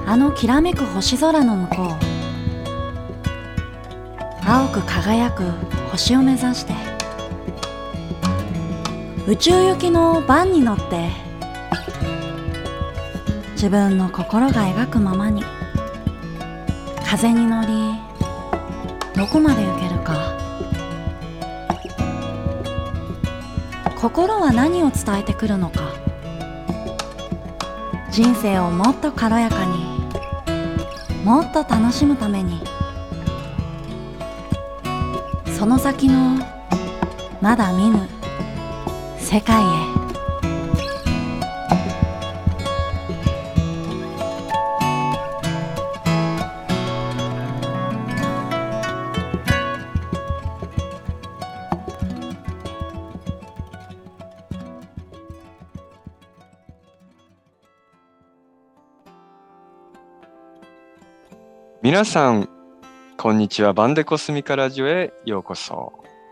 あのきらめく星空の向こう、青く輝く星を目指して、宇宙行きのバンに乗って、自分の心が描くままに風に乗り、どこまで行けるか。心は何を伝えてくるのか。人生をもっと軽やかに、もっと楽しむために、その先のまだ見ぬ世界へ。 皆さんこんにちは。バンデコスミカラジオへようこそ。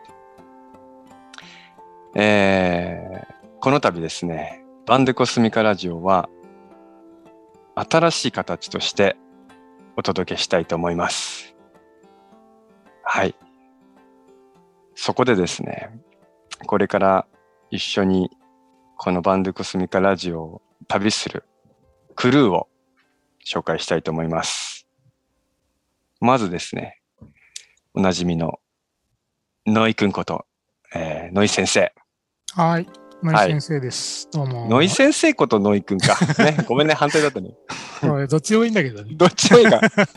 この度ですね、バンデコスミカラジオは新しい形としてお届けしたいと思います。はい。そこでですね、これから一緒にこのバンデコスミカラジオを旅するクルーを紹介したいと思います。まずですね、おなじみのノイくんこと、ノイ先生。 はい、ノイ先生です。どうも。 ノイ先生ことノイくんか。ね、ごめんね、反対だったね。 どっちもいいんだけどね。 どっちもいいか。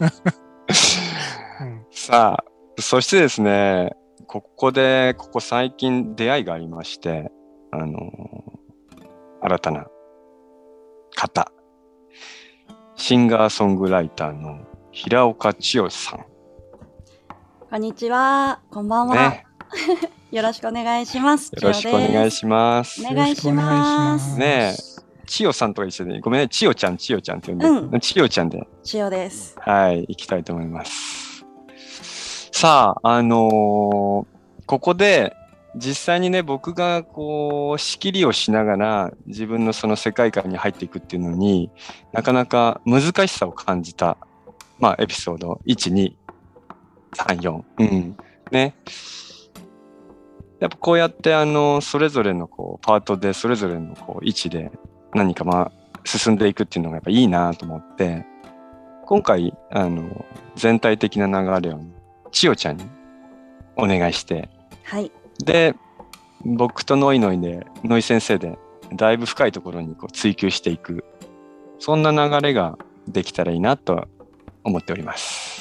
さあ、そしてですね、ここ最近出会いがありまして、新たな方、シンガーソングライターの平岡千代さん。 こんにちは、こんばんは。ね、よろしくお願いします。 よろしくお願いします。 お願いします。 ねえ、千代さんとか一緒で、ごめんね、千代ちゃんって呼んで、千代ちゃんで。 千代です。 はい、行きたいと思います。さあ、ここで実際にね、僕がこう仕切りをしながら自分のその世界観に入っていくっていうのになかなか難しさを感じた、エピソード1、2、3、4、ね。やっぱこうやってそれぞれのこうパートでそれぞれのこう位置で何か進んでいくっていうのがやっぱいいなと思って、今回全体的な流れを千代ちゃんにお願いして、 はい。 で僕とノイ先生でだいぶ深いところにこう追求していく、そんな流れができたらいいなと思っております。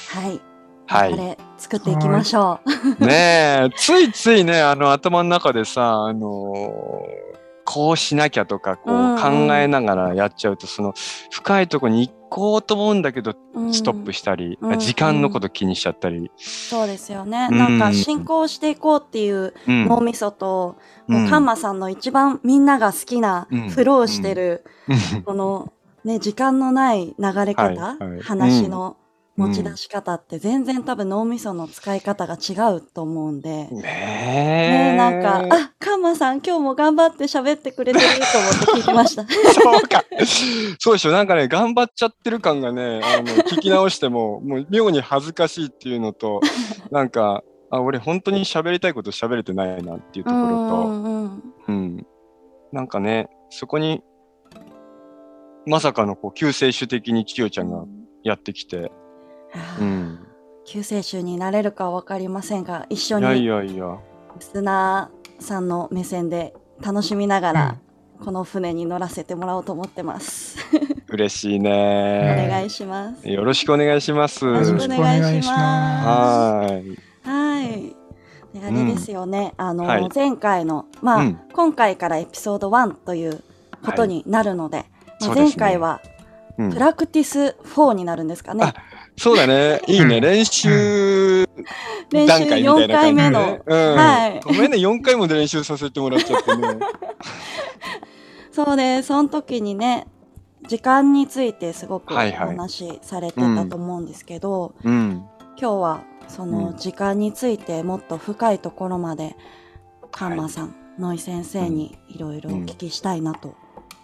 はい。はい。流れ作っていきましょう。ねえ、ついついね、頭の中でさ、こうしなきゃとかこう考えながらやっちゃうと、その深いところに行こうと思うんだけどストップしたり、時間のこと気にしちゃったり。 そうですよね。なんか進行していこうっていう脳みそと、カンマさんの一番みんなが好きなフローしてる、このね、時間のない流れ方、話の持ち出し方って全然多分脳みその使い方が違うと思うんで。ね、なんか、カンマさん今日も頑張って喋ってくれてると思って聞いてました。 そうか。そうでしょ。なんかね、頑張っちゃってる感がね、聞き直しても、もう妙に恥ずかしいっていうのと、なんか、俺本当に喋りたいこと喋れてないなっていうところと、なんかね、そこに、まさかのこう救世主的に千代ちゃんがやってきて、 救世主になれるかわかりませんが、一緒にリスナーさんの目線で楽しみながら、この船に乗らせてもらおうと思ってます。 嬉しいね。 お願いします。 よろしくお願いします。 よろしくお願いします。 はい。 あれですよね。前回の、今回からエピソード1ということになるので、前回はプラクティス4になるんですかね。 そうだね。いいね。練習段階みたいな感じで。 4回目の。 ごめんね、4回も練習させてもらっちゃってね。 そうで、その時にね、時間についてすごくお話しされてたと思うんですけど、今日はその時間についてもっと深いところまで、カンマさん、ノイ先生にいろいろお聞きしたいなと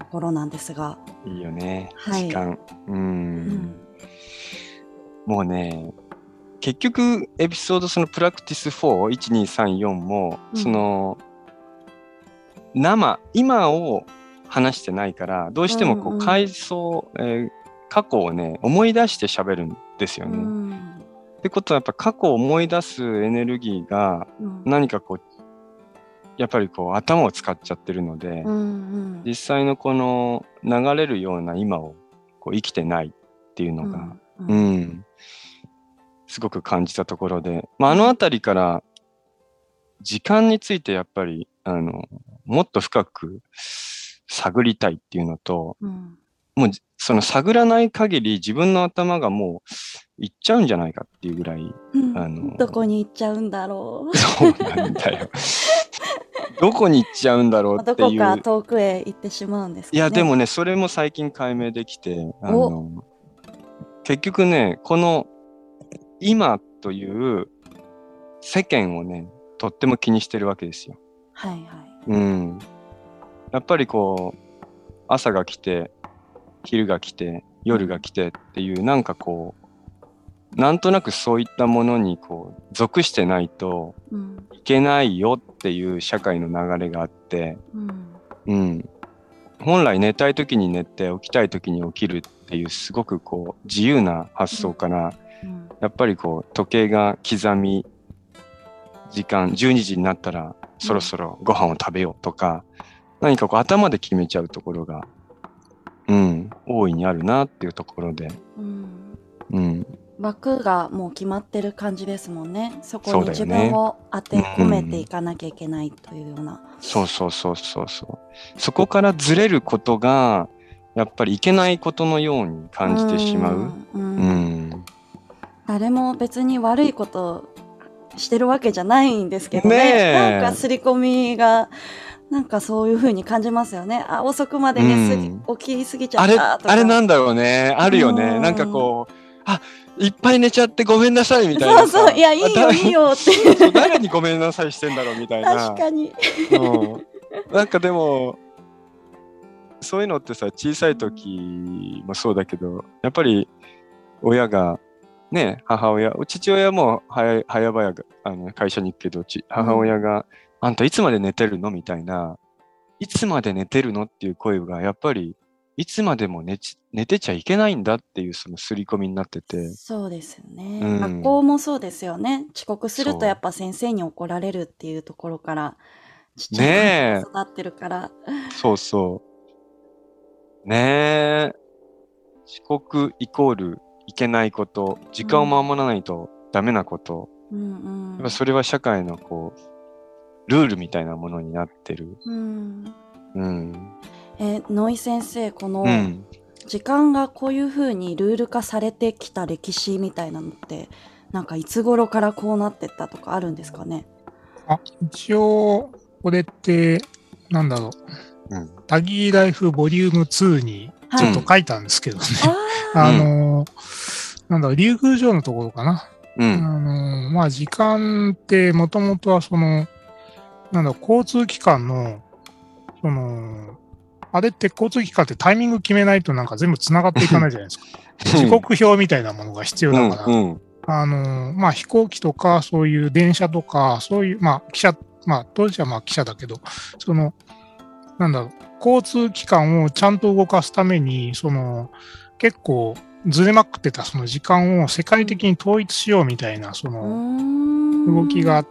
ころなんですが。 いいよね、 はい、 時間。もうね、結局エピソードそのプラクティス4、1、2、3、4も、その今を話してないから、どうしてもこう回想、過去をね、思い出して喋るんですよね。ってことはやっぱ過去を思い出すエネルギーが何かこう、やっぱりこう頭を使っちゃってるので、実際のこの流れるような今をこう生きてないっていうのが、すごく感じたところで、あのあたりから時間についてやっぱりもっと深く探りたいっていうのと、もうその探らない限り自分の頭がもう行っちゃうんじゃないかっていうぐらい、 どこに行っちゃうんだろう。 そうなんだよ。どこに行っちゃうんだろうっていう。 どこか遠くへ行ってしまうんですかね。 いやでもね、それも最近解明できて、結局ね、この今という世間をね、とっても気にしてるわけですよ。 はいはい。 やっぱりこう朝が来て昼が来て夜が来てっていう、なんかこうなんとなくそういったものにこう属してないといけないよっていう社会の流れがあって、本来寝たい時に寝て起きたい時に起きるっていうすごくこう自由な発想から、やっぱりこう時計が刻み時間12時になったらそろそろご飯を食べようとか、何かこう頭で決めちゃうところが、大いにあるなっていうところで、 枠がもう決まってる感じですもんね。そこに自分を当て込めていかなきゃいけないというような。 そう。そこからずれることがやっぱりいけないことのように感じてしまう。 誰も別に悪いことしてるわけじゃないんですけどね。なんか刷り込みがなんかそういう風に感じますよね。遅くまで起きすぎちゃったとか。 あれなんだろうね。あるよね。なんかこう、いっぱい寝ちゃってごめんなさいみたいな。 そう、いや、いいよって。 誰にごめんなさいしてんだろうみたいな。 確かに。 なんかでも、そういうのってさ、小さい時もそうだけど、やっぱり親が、ね、父親も早々会社に行くけど、母親が、あんたいつまで寝てるのみたいな、いつまで寝てるのっていう声が、やっぱり、いつまでも寝てちゃいけないんだっていうその刷り込みになってて。 そうですよね。学校もそうですよね。遅刻するとやっぱ先生に怒られるっていうところから、ちっちゃい子が育ってるから。 そう。ねえ。遅刻イコールいけないこと、時間を守らないとダメなこと。やっぱそれは社会のこう、ルールみたいなものになってる。 野井先生、この時間がこういうふうにルール化されてきた歴史みたいなのって、なんかいつ頃からこうなってったとかあるんですかね。 一応これってなんだろう、タギーライフボリューム2にちょっと書いたんですけどね、なんだろう、竜宮城のところかな。時間ってもともとはそのなんだろう、交通機関のそのあれって交通機関ってタイミング決めないとなんか全部つながっていかないじゃないですか。時刻表みたいなものが必要だから、飛行機とかそういう電車とかそういう当時は汽車だけど、そのなんだろう、交通機関をちゃんと動かすためにその結構ずれまくってたその時間を世界的に統一しようみたいなその動きがあって、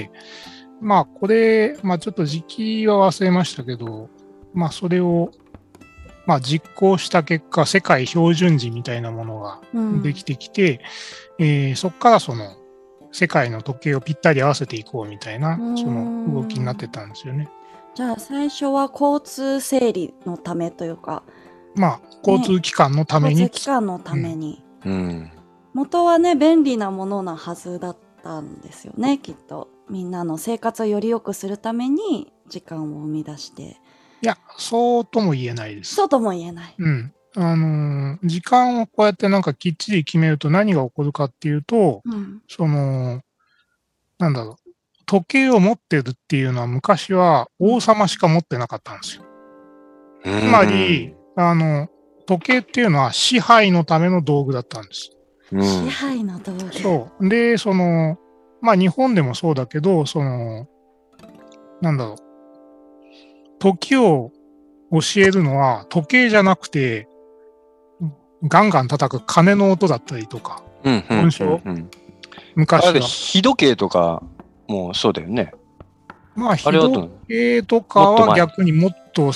これちょっと時期は忘れましたけど、それを実行した結果、世界標準時みたいなものができてきて、そこからその世界の時計をぴったり合わせていこうみたいなその動きになってたんですよね。 じゃあ最初は交通整理のためというか、 交通機関のために、 交通機関のために、元はね便利なものなはずだったんですよね、きっと。みんなの生活をより良くするために時間を生み出して。 いや、そうとも言えないです。 そうとも言えない。 時間をこうやってなんかきっちり決めると何が起こるかっていうと、その、なんだろう、時計を持ってるっていうのは昔は王様しか持ってなかったんですよ。 つまり、時計っていうのは支配のための道具だったんです。 支配の道具。 そう。で、日本でもそうだけど、なんだろう。時を教えるのは時計じゃなくて、ガンガン叩く鐘の音だったりとか。音章、昔は。 日時計とかもそうだよね。 日時計とかは逆にもっと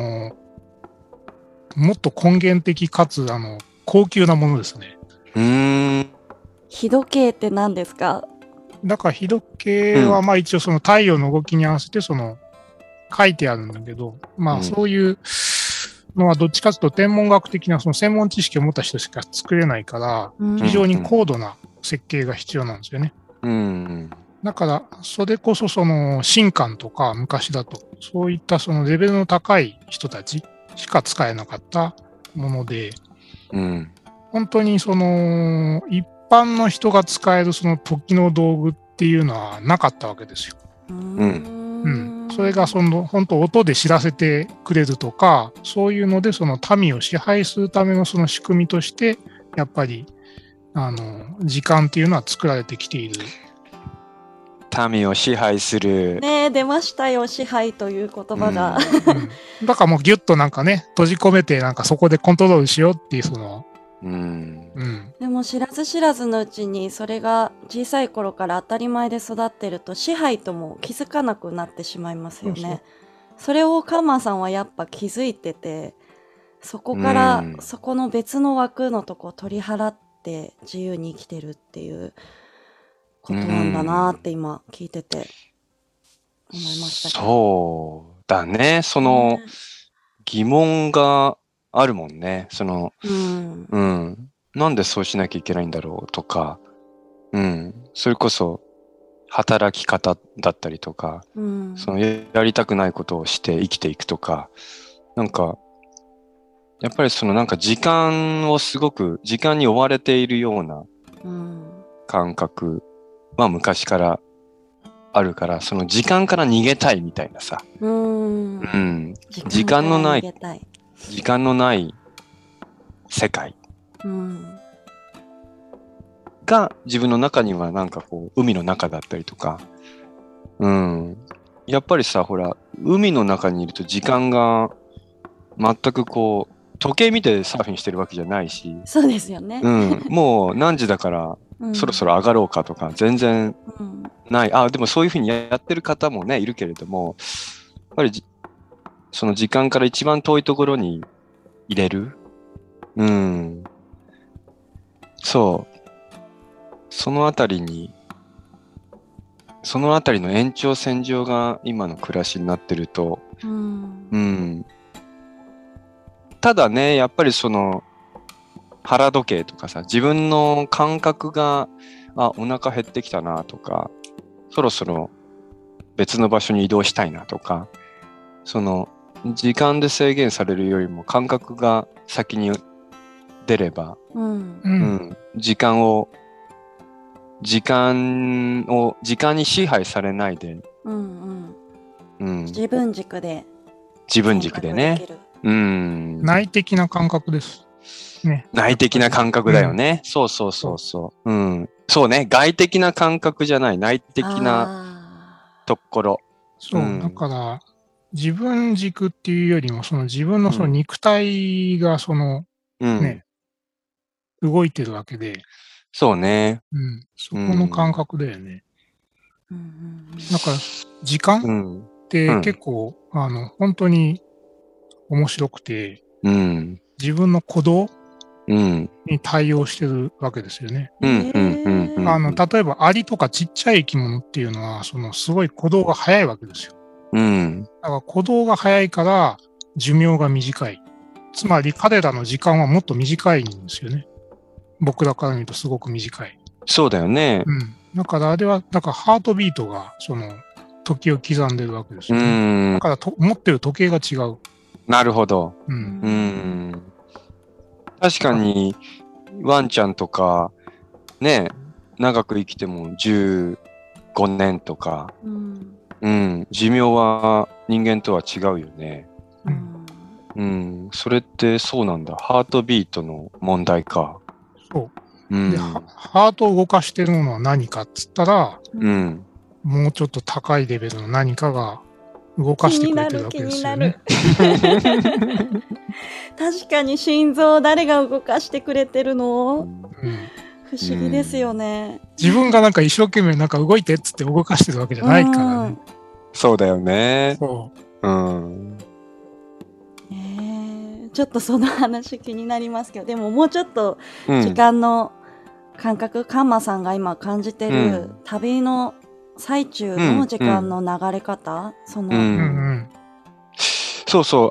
もっと根源的かつ高級なものですね。 日時計って何ですか？ だから日時計は一応太陽の動きに合わせて書いてあるんだけど、そういうのはどっちかというと天文学的な専門知識を持った人しか作れないから、非常に高度な設計が必要なんですよね。だからそれこそ神官とか昔だとそういったレベルの高い人たちしか使えなかったもので、本当に一般の人が使える時の道具っていうのはなかったわけですよ。それが本当音で知らせてくれるとか、そういうので民を支配するための仕組みとしてやっぱり時間っていうのは作られてきている。 民を支配する。 ねえ、出ましたよ、支配という言葉が。 だからもうギュッと閉じ込めてそこでコントロールしようっていうでも知らず知らずのうちにそれが小さい頃から当たり前で育ってると支配とも気づかなくなってしまいますよね。それをカンマさんはやっぱ気づいてて、そこからそこの別の枠のとこを取り払って自由に生きてるっていうことなんだなって今聞いてて思いましたけど。 そうだね。疑問があるもんね。なんでそうしなきゃいけないんだろうとか、それこそ働き方だったりとか、やりたくないことをして生きていくとか、やっぱり時間に追われているような感覚は昔からあるから、時間から逃げたいみたいなさ、時間のない世界が自分の中には海の中だったりとか、やっぱりさ、ほら、海の中にいると時間が全く時計見てサーフィンしてるわけじゃないし、 そうですよね。 もう何時だからそろそろ上がろうかとか全然ない。でもそういうふうにやってる方もね、いるけれども、やっぱりその時間から一番遠いところに入れる。そう。そのあたりの延長線上が今の暮らしになってると、ただね、やっぱり腹時計とかさ、自分の感覚が、お腹減ってきたなとか、そろそろ別の場所に移動したいなとか、時間で制限されるよりも感覚が先に出れば、時間に支配されないで、 自分軸でね。 内的な感覚です。ね。 内的な感覚だよね。そう。そうね。外的な感覚じゃない。内的なところ。 だから自分軸っていうよりも自分の肉体が動いてるわけで。 そうね。 そこの感覚だよね。だから時間って結構本当に面白くて、自分の鼓動に対応してるわけですよね。例えばアリとかちっちゃい生き物っていうのはすごい鼓動が速いわけですよ。だから鼓動が速いから寿命が短い。つまり彼らの時間はもっと短いんですよね。僕らから見るとすごく短い。 そうだよね。 だからあれはハートビートが時を刻んでるわけですよね。だから持ってる時計が違う。 なるほど。確かにワンちゃんとかね、長く生きても15年とか、寿命は人間とは違うよね。 うん。それってそうなんだ。ハートビートの問題か。 そう。 うん。 で、ハートを動かしてるものは何かっつったら、 うん。 もうちょっと高いレベルの何かが動かしてくれてるわけですよね。 確かに心臓誰が動かしてくれてるの、不思議ですよね。 自分がなんか一生懸命なんか動いてっつって動かしてるわけじゃないからね。 そうだよね。 そう。 ちょっとその話気になりますけど、でももうちょっと時間の感覚、カンマさんが今感じてる旅の最中の時間の流れ方、 そうそう、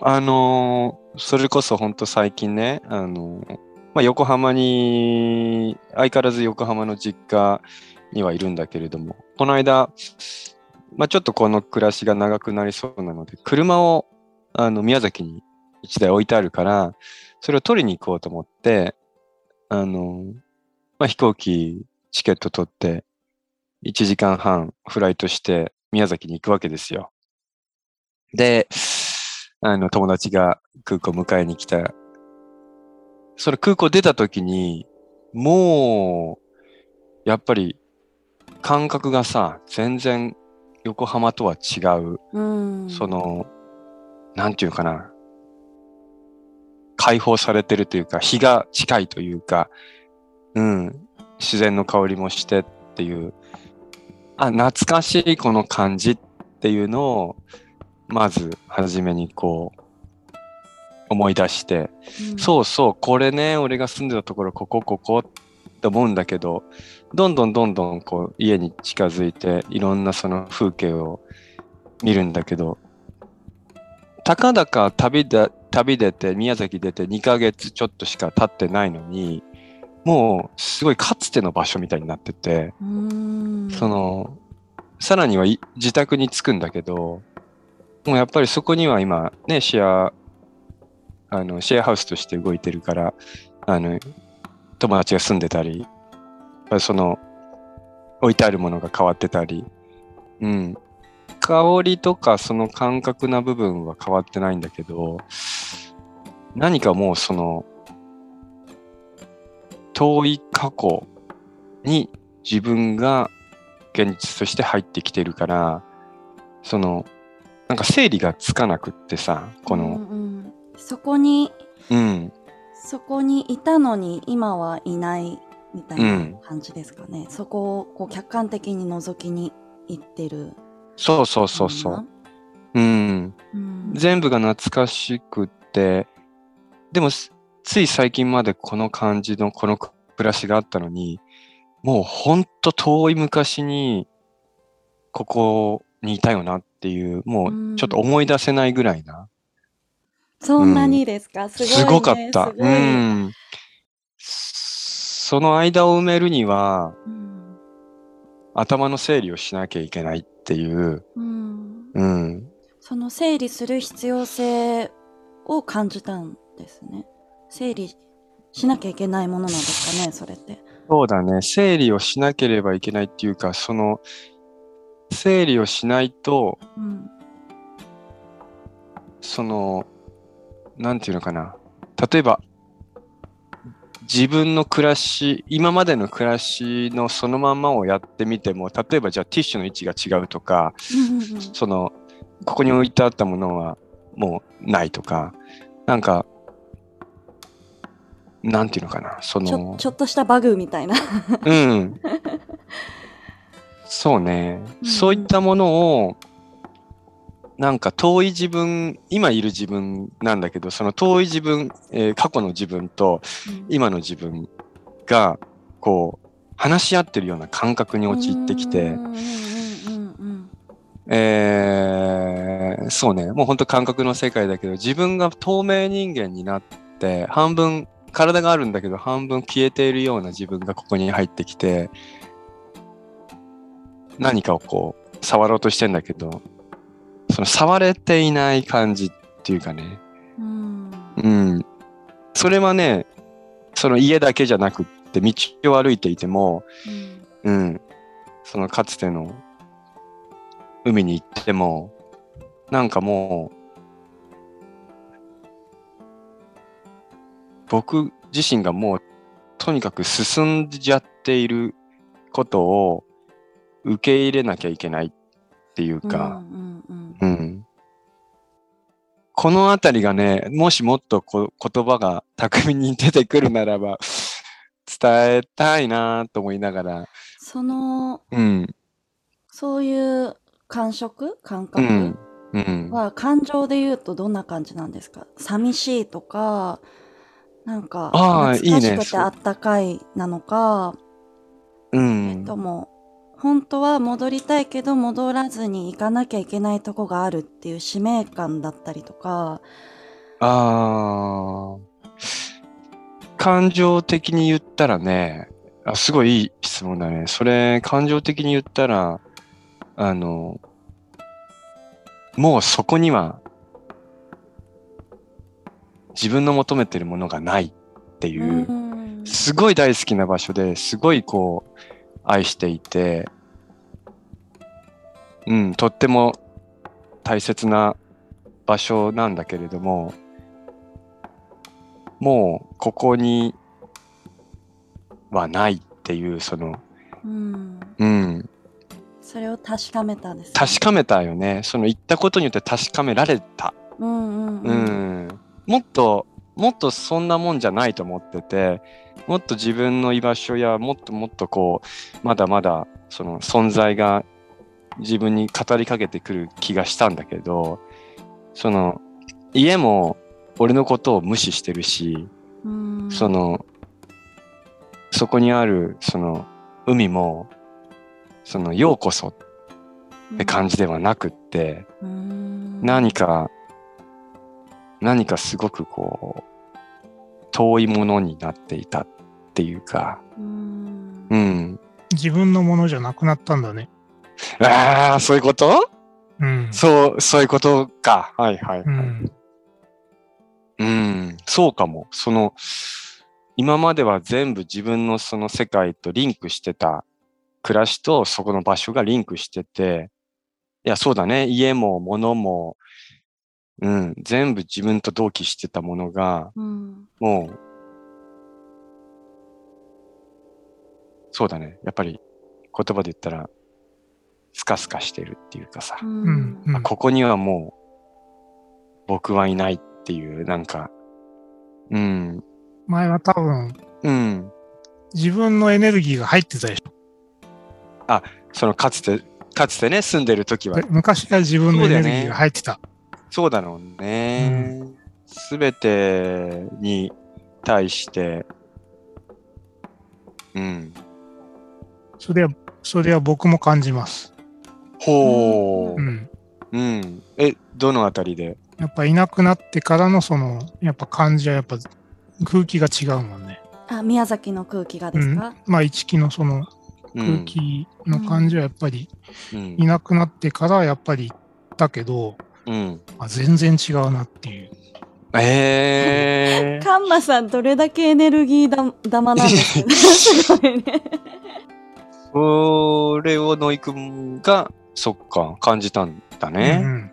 それこそ本当最近ね、横浜に、相変わらず横浜の実家にはいるんだけれども、この間、ちょっとこの暮らしが長くなりそうなので、車を宮崎に1台置いてあるから、それを取りに行こうと思って、飛行機チケット取って、1時間半フライトして宮崎に行くわけですよ。で、友達が空港迎えに来た。その空港出た時に、もう、やっぱり感覚がさ、全然横浜とは違う。なんていうかな。解放されてるというか、日が近いというか、自然の香りもしてっていう、懐かしいこの感じっていうのを、まず初めにこう、思い出して、そうそう、これね、俺が住んでたところ、ここって思うんだけど、どんどんこう、家に近づいて、いろんなその風景を見るんだけど、たかだか旅出て、宮崎出て2ヶ月ちょっとしか経ってないのに、もうすごいかつての場所みたいになってて、さらには自宅に着くんだけど、もうやっぱりそこには今ね、シェアハウスとして動いてるから、友達が住んでたり、置いてあるものが変わってたり、香りとかその感覚な部分は変わってないんだけど、何かもう遠い過去に自分が現実として入ってきてるから、なんか整理がつかなくってさ、 そこにいたのに今はいないみたいな感じですかね。そこをこう客観的に覗きに行ってる。 そう。全部が懐かしくって、でもつい最近までこの感じのこの暮らしがあったのに、もうほんと遠い昔にここにいたよなっていう、もうちょっと思い出せないぐらいな。 そんなにですか？すごいね。 すごかった。その間を埋めるには、頭の整理をしなきゃいけないっていう。 その整理する必要性を感じたんですね。整理しなきゃいけないものなんですかね、それって。 そうだね。整理をしなければいけないっていうか、整理をしないと、なんていうのかな。例えば、自分の暮らし、今までの暮らしのそのまんまをやってみても、例えばじゃあティッシュの位置が違うとか、ここに置いてあったものはもうないとか、なんか、なんていうのかな、 ちょっとしたバグみたいな。 そうね。そういったものを、なんか遠い自分、今いる自分なんだけど、その遠い自分、過去の自分と今の自分が、こう、話し合ってるような感覚に陥ってきて、そうね、もう本当感覚の世界だけど、自分が透明人間になって、半分、体があるんだけど、半分消えているような自分がここに入ってきて、何かをこう、触ろうとしてんだけど、触れていない感じっていうかね。それはね、その家だけじゃなくって、道を歩いていても、かつての海に行っても、なんかも僕自身がもうとにかく進んじゃっていることを受け入れなきゃいけないっていうか、このあたりがね、もしもっと言葉が巧みに出てくるならば伝えたいなと思いながら、 そういう感覚は感情で言うとどんな感じなんですか？寂しいとか、なんか懐かしくてあったかいなのか、とも本当は戻りたいけど戻らずに行かなきゃいけないとこがあるっていう使命感だったりとか。 感情的に言ったらね、すごいいい質問だね。それ感情的に言ったらもうそこには自分の求めてるものがないっていう、すごい大好きな場所ですごいこう愛していて、とっても大切な場所なんだけれども、もうここにはないっていう、それを確かめたんですね。 確かめたよね。その言ったことによって確かめられた。もっとそんなもんじゃないと思ってて、もっと自分の居場所やもっとこうまだまだその存在が自分に語りかけてくる気がしたんだけど、その家も俺のことを無視してるし、そこにあるその海もそのようこそって感じではなくって、何かすごくこう遠いものになっていたっていうか、 自分のものじゃなくなったんだね。 そういうこと？そういうことか。はいはいはい。そうかも。今までは全部自分のその世界とリンクしてた暮らしとそこの場所がリンクしてて、いや、そうだね。家も物も、全部自分と同期してたものが、もう、そうだね。やっぱり言葉で言ったら、スカスカしてるっていうかさ、ここにはもう僕はいないっていう、なんか、 前は多分、自分のエネルギーが入ってたでしょ。 そのかつてね、住んでる時は。 昔は自分のエネルギーが入ってた。 そうだろうね。すべてに対して、 それは僕も感じます。 ほう。どのあたりで？ やっぱいなくなってからのやっぱ感じはやっぱ空気が違うもんね。 宮崎の空気がですか？ 一木のその空気の感じはやっぱりいなくなってからやっぱりだけど、全然違うなっていう。 カンマさんどれだけエネルギー玉なんですかね。すごいね。 それをノイ君がそっか感じたんだね。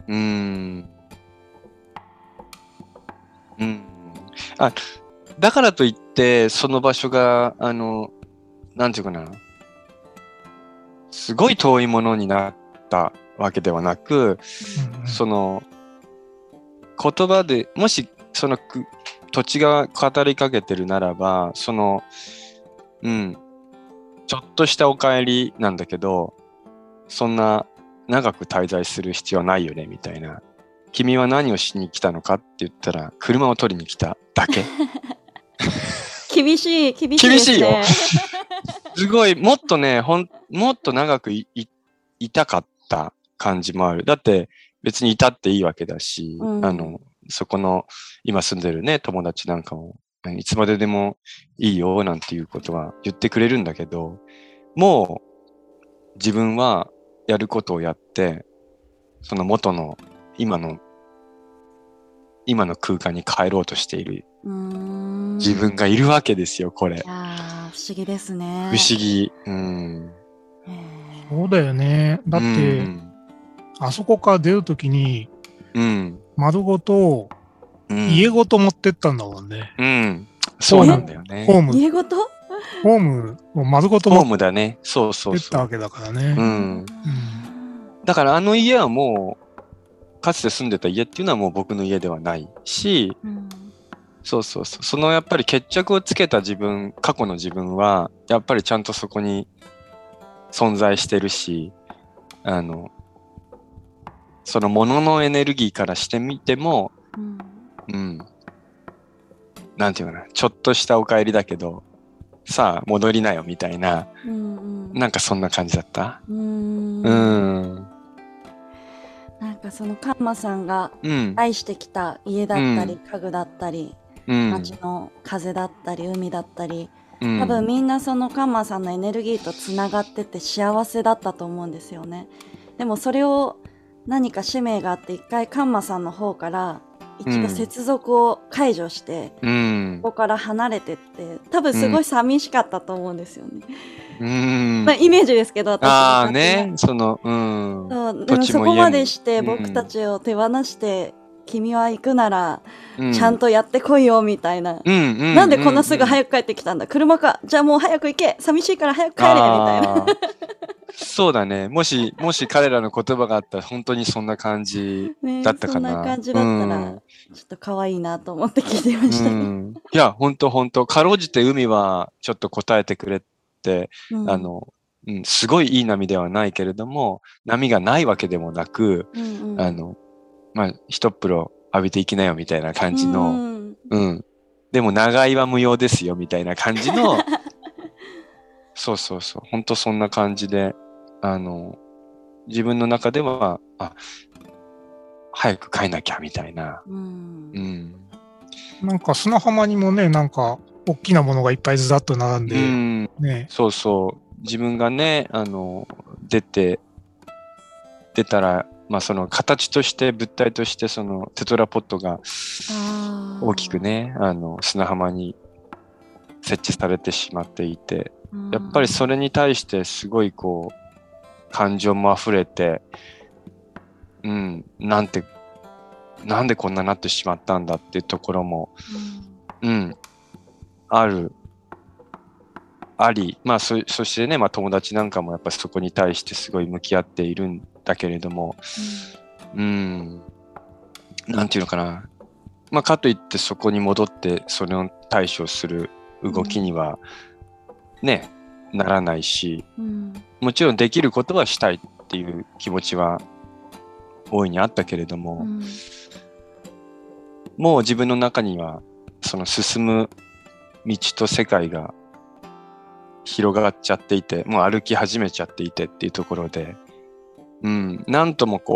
だからといってその場所がなんていうかな、すごい遠いものになったわけではなく、その言葉でもしその土地が語りかけてるならば、ちょっとしたお帰りなんだけど、そんな長く滞在する必要はないよねみたいな。君は何をしに来たのかって言ったら、車を取りに来ただけ。 厳しいですね。 よ。すごい、もっとね、もっと長くいたかった感じもある。だって別にいたっていいわけだし、そこの今住んでるね、友達なんかも、いつまででもいいよなんていうことは言ってくれるんだけど、もう自分はやることをやって、その元の今の空間に帰ろうとしている自分がいるわけですよ、これ。 不思議ですね。 不思議。 そうだよね。だって、あそこから出るときに、丸ごと、家ごと持ってったんだもんね。 そうなんだよね。 ホーム。 家ごとホームを丸ごとホームだね。そうそう持ってったわけだからね。 うん。だからあの家はもう、かつて住んでた家っていうのはもう僕の家ではないし、そうそうそう。そのやっぱり決着をつけた自分、過去の自分は、やっぱりちゃんとそこに存在してるし、そのもののエネルギーからしてみても、なんていうかな、ちょっとしたお帰りだけど、さあ戻りなよみたいな、なんかそんな感じだった。 なんかそのカンマさんが愛してきた家だったり、家具だったり、街の風だったり、海だったり、多分みんなそのカンマさんのエネルギーとつながってて幸せだったと思うんですよね。でもそれを何か使命があって一回カンマさんの方から一度接続を解除して、ここから離れてって多分すごい寂しかったと思うんですよね。まあ、イメージですけど、私ああね、 でもそこまでして僕たちを手放して、君は行くならちゃんとやってこいよみたいな、なんでこんなすぐ早く帰ってきたんだ、車か、じゃあもう早く行け、寂しいから早く帰れみたいな。 そうだね、もし彼らの言葉があったら本当にそんな感じだったかな。 そんな感じだったら、ちょっと可愛いなと思って聞いてました。 いや本当かろうじて海はちょっと答えてくれて、すごいいい波ではないけれども、波がないわけでもなく、まあ、一風呂浴びていきなよみたいな感じの、でも長居は無用ですよみたいな感じの、そうそうそう、本当そんな感じで、自分の中では、早く帰んなきゃみたいな。 なんか砂浜にもね、なんか大きなものがいっぱいずらっと並んで、ね。 そうそう、自分がね、出たら、まあその形として物体としてそのテトラポットが大きくね、砂浜に設置されてしまっていて、やっぱりそれに対してすごいこう感情も溢れて、なんでこんななってしまったんだっていうところも、あり、まあそしてね、まあ友達なんかもやっぱそこに対してすごい向き合っているんだけれども、なんていうのかな、まあかといってそこに戻ってそれを対処する動きにはね、ならないし、もちろんできることはしたいっていう気持ちは大いにあったけれども、もう自分の中にはその進む道と世界が広がっちゃっていて、もう歩き始めちゃっていてっていうところで、なんとも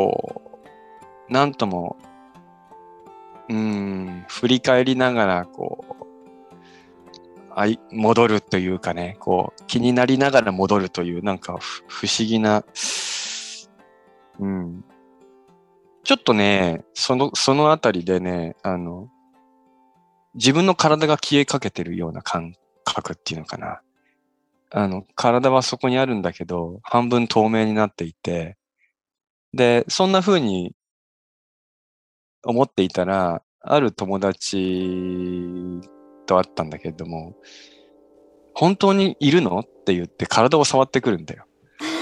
振り返りながら戻るというかね、気になりながら戻るというなんか不思議な、ちょっとね、そのあたりでね、自分の体が消えかけてるような感覚っていうのかな。体はそこにあるんだけど、半分透明になっていて、で、そんな風に思っていたら、ある友達と会ったんだけれども、本当にいるのって言って体を触ってくるんだよ。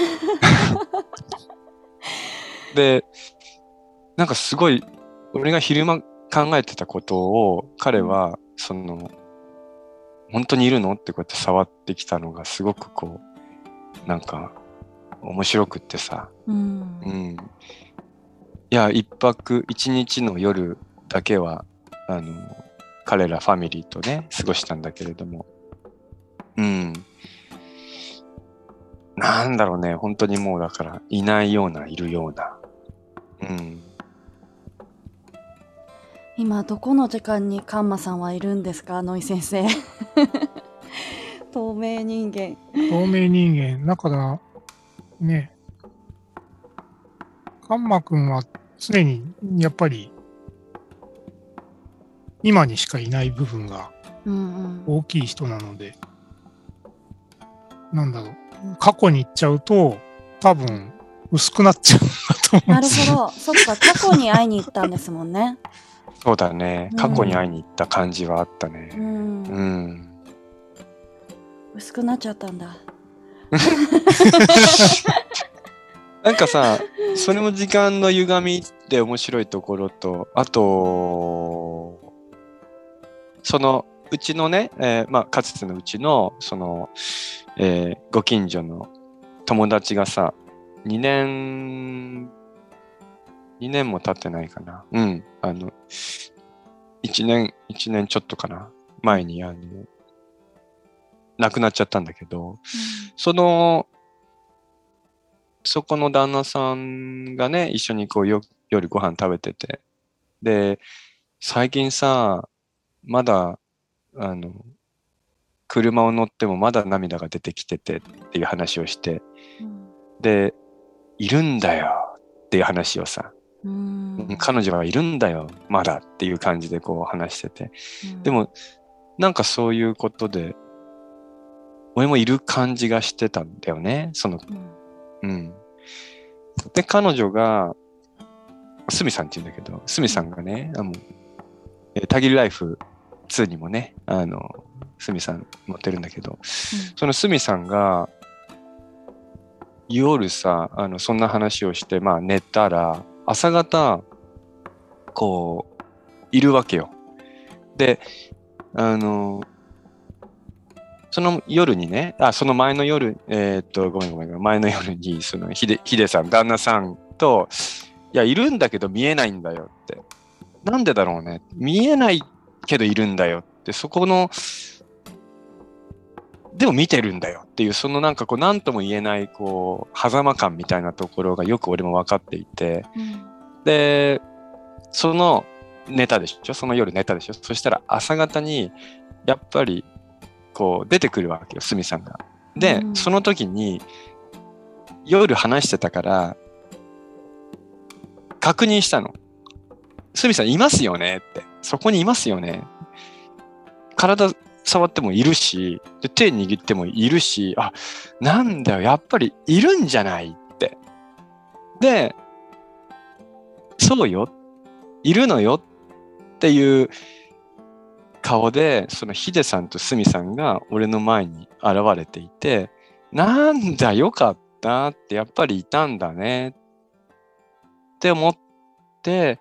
で、なんかすごい、俺が昼間考えてたことを、彼は、本当にいるのってこうやって触ってきたのがすごくなんか面白くってさ、いや、一日の夜だけは、彼らファミリーとね、過ごしたんだけれども、なんだろうね、本当にもうだから、いないような、いるような。 今、どこの時間にカンマさんはいるんですか、ノイ先生。透明人間。 透明人間。だから、ね、カンマくんは常に、やっぱり、今にしかいない部分が大きい人なので、なんだろう、過去に行っちゃうと、多分、薄くなっちゃうんだと思う。 なるほど。そっか、過去に会いに行ったんですもんね。 そうだね。過去に会いに行った感じはあったね。 薄くなっちゃったんだ。 なんかさ、それも時間の歪みって面白いところと、あと、そのうちのね、かつてのうちの、ご近所の友達がさ、2年も経ってないかな。1年ちょっとかな。前に、亡くなっちゃったんだけど、そこの旦那さんがね、一緒にこう夜ご飯食べてて、で、最近さ、まだ、車を乗ってもまだ涙が出てきててっていう話をして、で、いるんだよっていう話をさ、彼女はいるんだよ、まだっていう感じでこう話してて。でも、なんかそういうことで、俺もいる感じがしてたんだよね、で、彼女が、スミさんって言うんだけど、スミさんがね、タギルライフ2にもね、スミさん乗ってるんだけど、そのスミさんが、夜さ、そんな話をして、寝たら、朝方、こう、いるわけよ。で、その夜にね、その前の夜、ごめん、前の夜に、ヒデさん、旦那さんと、いや、いるんだけど見えないんだよって。なんでだろうね。見えないけどいるんだよって、そこの、でも見てるんだよっていう、なんかこう、なんとも言えない、こう、狭間感みたいなところがよく俺も分かっていて、で、寝たでしょ、その夜寝たでしょ。そしたら朝方に、やっぱり、こう出てくるわけよ、スミさんが。で、その時に夜話してたから確認したの。スミさんいますよねって。そこにいますよね。体触ってもいるし、で手握ってもいるし、なんだよ、やっぱりいるんじゃないって。で、そうよ、いるのよっていう顔で、そのヒデさんとスミさんが俺の前に現れていて、なんだよかったって、やっぱりいたんだねって思って、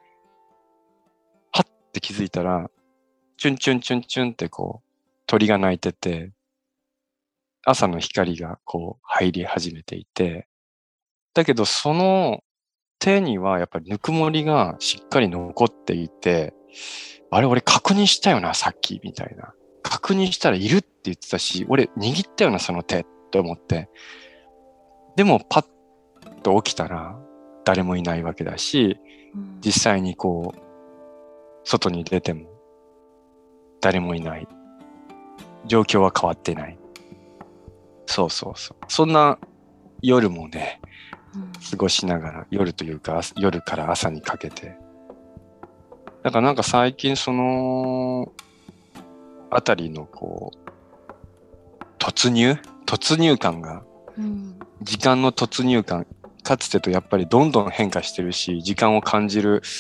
はって気づいたら、チュンチュンチュンチュンってこう鳥が鳴いてて、朝の光がこう入り始めていて、だけどその手にはやっぱりぬくもりがしっかり残っていて、あれ俺確認したよなさっきみたいな、確認したらいるって言ってたし、俺握ったよなその手って思って、でもパッと起きたら誰もいないわけだし、実際にこう外に出ても誰もいない、状況は変わってない。そうそんな夜もね過ごしながら、夜というか夜から朝にかけて、だからなんか最近そのあたりのこう突入感が、時間の突入感、かつてとやっぱりどんどん変化してるし、時間を感じる、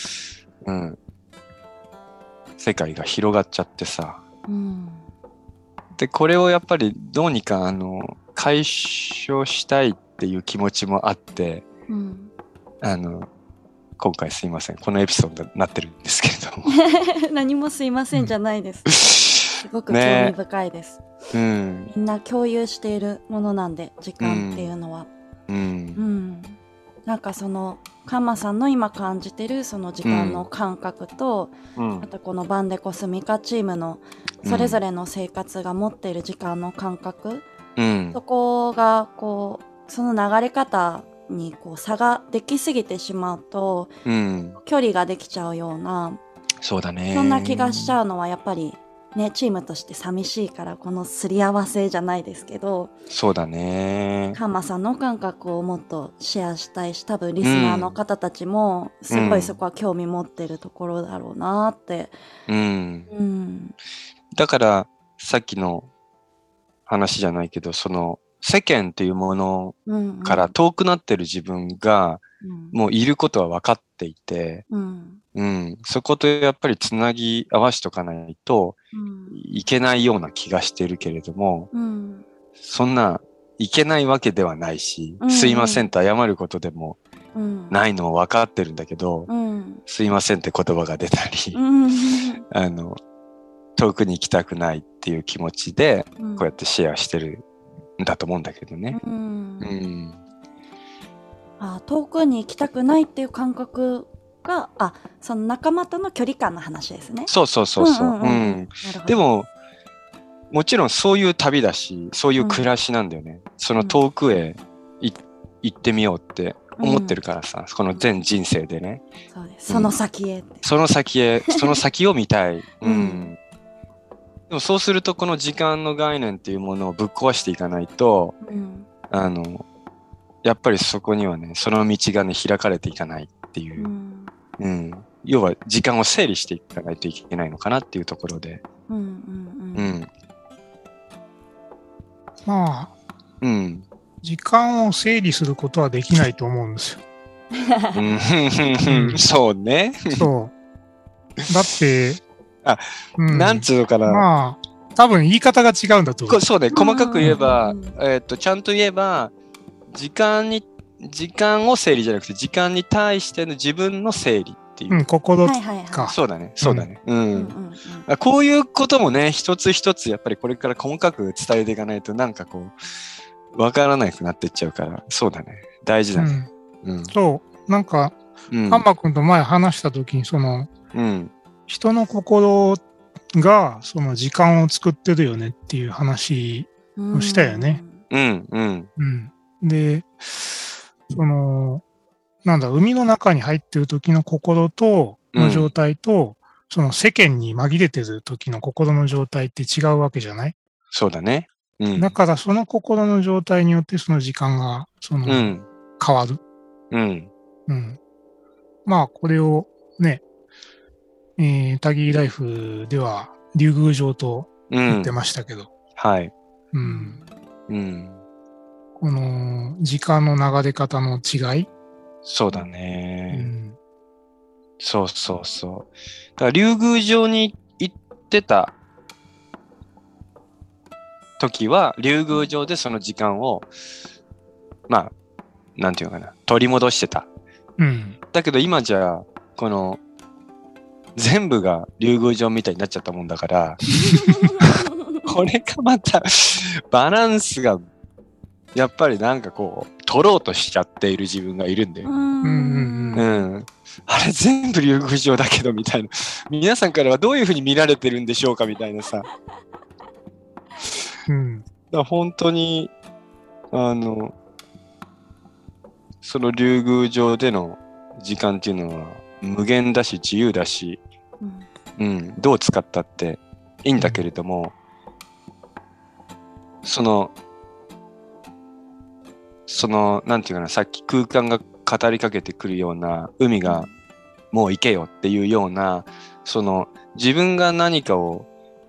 世界が広がっちゃってさ、でこれをやっぱりどうにか解消したいっていう気持ちもあって、今回すいません、このエピソードになってるんですけれども何もすいませんじゃないです、すごく興味深いです、みんな共有しているものなんで、時間っていうのは、なんかそのカンマさんの今感じてるその時間の感覚と、あとこのバンデコスミカチームのそれぞれの生活が持っている時間の感覚、そこがこうその流れ方にこう差ができすぎてしまうと、距離ができちゃうような、 そうだね、 そんな気がしちゃうのはやっぱりね、チームとして寂しいから、このすり合わせじゃないですけど、 そうだね、 カンマさんの感覚をもっとシェアしたいし、多分リスナーの方たちもすごいそこは興味持ってるところだろうなって、 だからさっきの話じゃないけど、その世間っていうものから遠くなってる自分が、もういることは分かっていて、そことやっぱりつなぎ合わしとかないといけないような気がしてるけれども、そんないけないわけではないし、すいませんと謝ることでもないのも分かってるんだけど、すいませんって言葉が出たり、遠くに行きたくないっていう気持ちでこうやってシェアしてるんだと思うんだけどね。 遠くに行きたくないっていう感覚が、その仲間との距離感の話ですね。 そう。でももちろんそういう旅だし、そういう暮らしなんだよね。その遠くへ行ってみようって思ってるからさ、この全人生でね。 そうです。その先へ。 その先を見たい。でもそうするとこの時間の概念っていうものをぶっ壊していかないと、やっぱりそこにはね、その道がね、開かれていかないっていう。要は時間を整理していかないといけないのかなっていうところで。 まあ、時間を整理することはできないと思うんですよ。 そうね。 そう。だって、 なんつうのかな。 まあ、多分言い方が違うんだと思う。 そうね。細かく言えば、ちゃんと言えば、時間を整理じゃなくて、時間に対しての自分の整理っていう。 心か。 そうだね。こういうこともね、一つ一つやっぱりこれから細かく伝えていかないとなんかこう、わからなくなっていっちゃうから、そうだね。大事だね。 そう。なんか、ハンマ君と前話したときに、その、人の心がその時間を作ってるよねっていう話をしたよね。で、その、海の中に入ってる時の心の状態と、その世間に紛れてる時の心の状態って違うわけじゃない？ そうだね。 だからその心の状態によってその時間が、変わる。まあ、これをね、タギーライフでは竜宮城と言ってましたけど。この時間の流れ方の違い。 そうだね。そう。だから竜宮城に行ってた時は、竜宮城でその時間を、まあ、なんていうのかな、取り戻してた。だけど今じゃ、この、全部が竜宮城みたいになっちゃったもんだから、これがまた、バランスが、やっぱりなんかこう、取ろうとしちゃっている自分がいるんだよ。あれ全部竜宮城だけどみたいな。皆さんからはどういうふうに見られてるんでしょうかみたいなさ。だ本当に、その竜宮城での時間っていうのは無限だし自由だし、どう使ったっていいんだけれども、そのなんていうかな、さっき空間が語りかけてくるような、海がもう行けよっていうような、その自分が何かを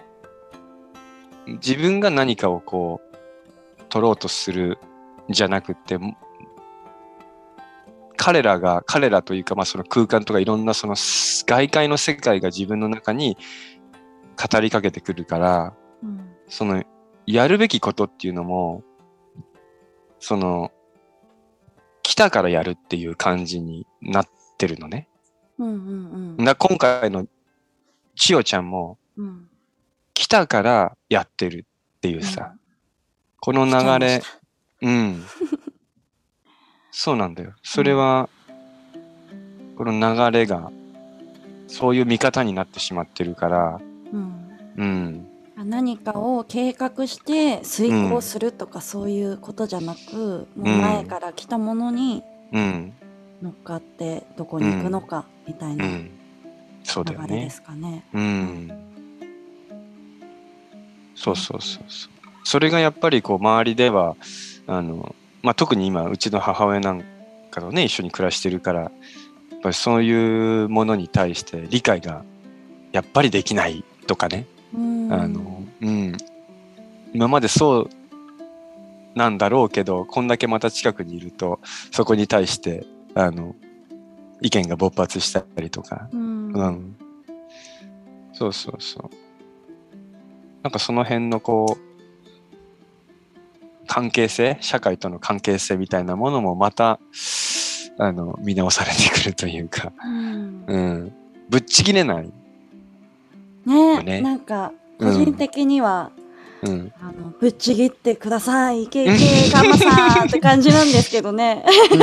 こう取ろうとするんじゃなくて、彼らというか、まあその空間とかいろんなその外界の世界が自分の中に語りかけてくるから、そのやるべきことっていうのも、その来たからやるっていう感じになってるのね。今回の千代ちゃんも、来たからやってるっていうさ、この流れ、そうなんだよ。それは、この流れがそういう見方になってしまってるから、 何かを計画して遂行するとかそういうことじゃなく、もう前から来たものに乗っかってどこに行くのかみたいな流れですかね。 そう。それがやっぱりこう周りではまあ、特に今うちの母親なんかとね一緒に暮らしてるから、やっぱりそういうものに対して理解がやっぱりできないとかね、今までそうなんだろうけど、こんだけまた近くにいると、そこに対して、意見が勃発したりとか。そうそうそう。なんかその辺のこう、関係性、社会との関係性みたいなものもまた、見直されてくるというか、ぶっちぎれない。 ね、なんか、個人的には、ぶっちぎってください、いけいけ、カンマさんって感じなんですけどね。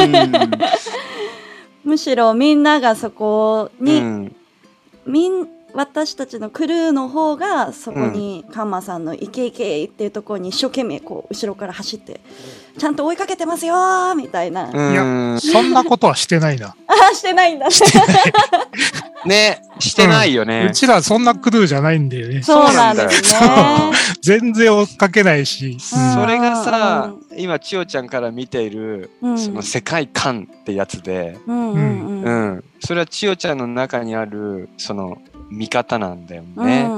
むしろみんながそこに、私たちのクルーの方がそこにカンマさんのイケイケっていうところに一生懸命こう後ろから走ってちゃんと追いかけてますよーみたいな。 いや、そんなことはしてないな。 してないんだ。 ね、してないよね。 うちらそんなクルーじゃないんだよね。 そうなんですね。 全然追っかけないし。 それがさ、今千代ちゃんから見ているその世界観ってやつで、それは千代ちゃんの中にあるその見方なんだよね。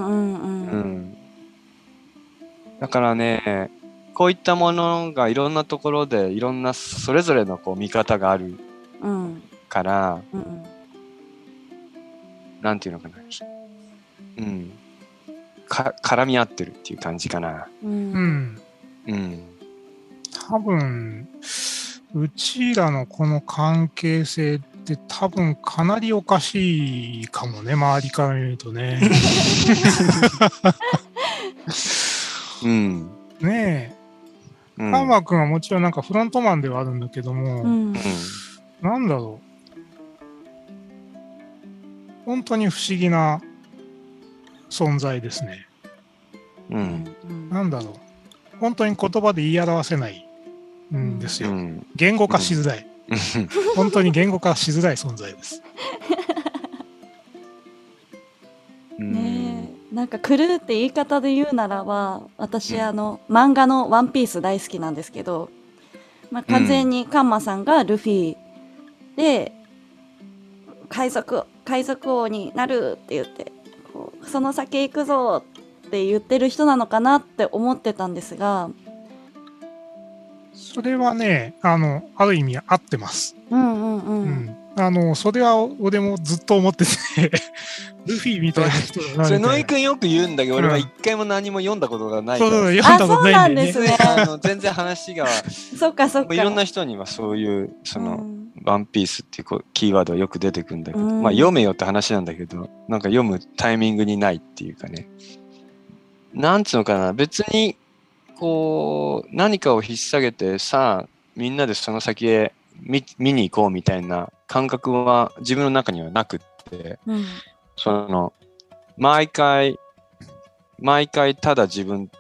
だからね、こういったものがいろんなところでいろんなそれぞれのこう見方があるから、なんていうのかな、絡み合ってるっていう感じかな。 多分うちらのこの関係性って多分かなりおかしいかもね、周りから見るとね。ねえ、カンマ君はもちろんなんかフロントマンではあるんだけども、なんだろう、本当に不思議な存在ですね。なんだろう、本当に言葉で言い表せないんですよ。言語化しづらい。本当に言語化しづらい存在です。 なんかクルーって言い方で言うならば、私漫画のワンピース大好きなんですけど、完全にカンマさんがルフィで海賊王になるって言ってこうその先行くぞって言ってる人なのかなって思ってたんですが、 それはね、ある意味合ってます。それは俺もずっと思っててルフィみたいな人だな。 それ野井くんよく言うんだけど、俺は一回も何も読んだことがないから。 読んだことないんだよね。 そうなんですね。 全然話がそっかそっか。 いろんな人にはそういうそのワンピースっていうキーワードはよく出てくるんだけど、読めよって話なんだけど、なんか読むタイミングにないっていうかね。なんつうのかな、別にこう何かを引っ提げてさあみんなでその先へ見に行こうみたいな感覚は自分の中にはなくって、その毎回ただ自分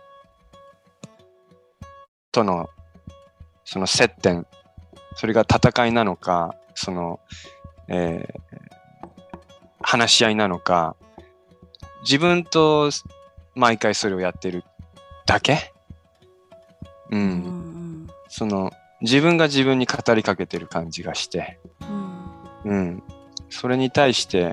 とのその接点、それが戦いなのか、その、話し合いなのか、自分と毎回それをやってるだけ。その自分が自分に語りかけてる感じがして、それに対して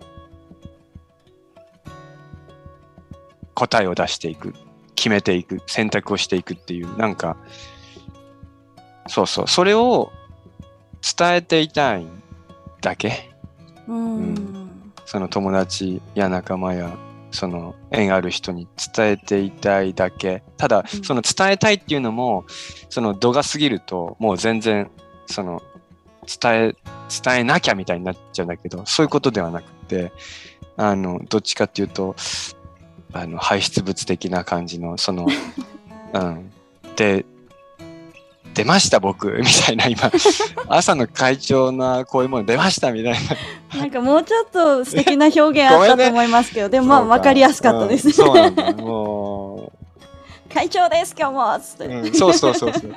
答えを出していく、決めていく、選択をしていくっていう、なんかそうそう、それを伝えていたいだけ。その友達や仲間やその縁ある人に伝えていたいだけ。ただその伝えたいっていうのもその度が過ぎるともう全然その伝えなきゃみたいになっちゃうんだけど、そういうことではなくて、どっちかっていうと排出物的な感じのそので出ました僕みたいな、今朝の会長なこういうもの出ましたみたいななんかもうちょっと素敵な表現あったと思いますけど、でも分かりやすかったですね。 そうなんだ、もう会長です今日もつって、 そう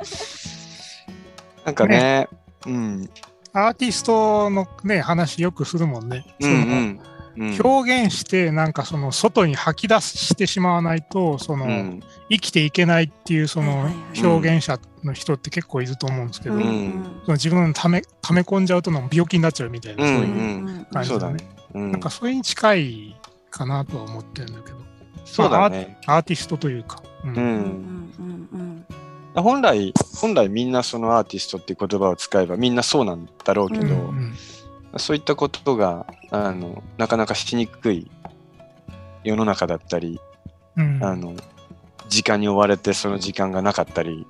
なんかね、 アーティストのね話よくするもんね。表現してなんかその外に吐き出してしまわないとその、生きていけないっていうその表現者の人って結構いると思うんですけど、その自分のため込んじゃうとの病気になっちゃうみたいな、そういう感じだね。なんかそれに近いかなとは思ってるんだけど、 そうだね、 アーティストというか。 本来みんなそのアーティストっていう言葉を使えばみんなそうなんだろうけど、そういったことがなかなかしにくい世の中だったり、時間に追われてその時間がなかったり、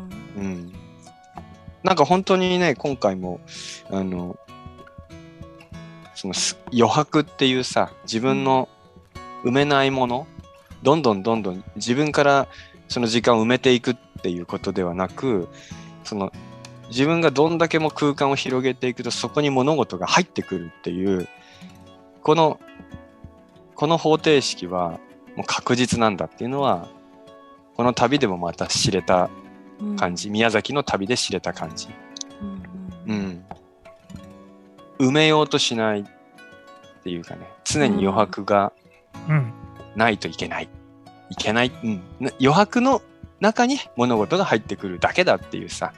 なんか本当にね、今回もその余白っていうさ、自分の埋めないもの、どんどん自分からその時間を埋めていくっていうことではなく、その自分がどんだけも空間を広げていくとそこに物事が入ってくるっていうこの方程式はもう確実なんだっていうのはこの旅でもまた知れた感じ、宮崎の旅で知れた感じ、埋めようとしないっていうかね、常に余白がないといけない、余白の中に物事が入ってくるだけだっていうさ、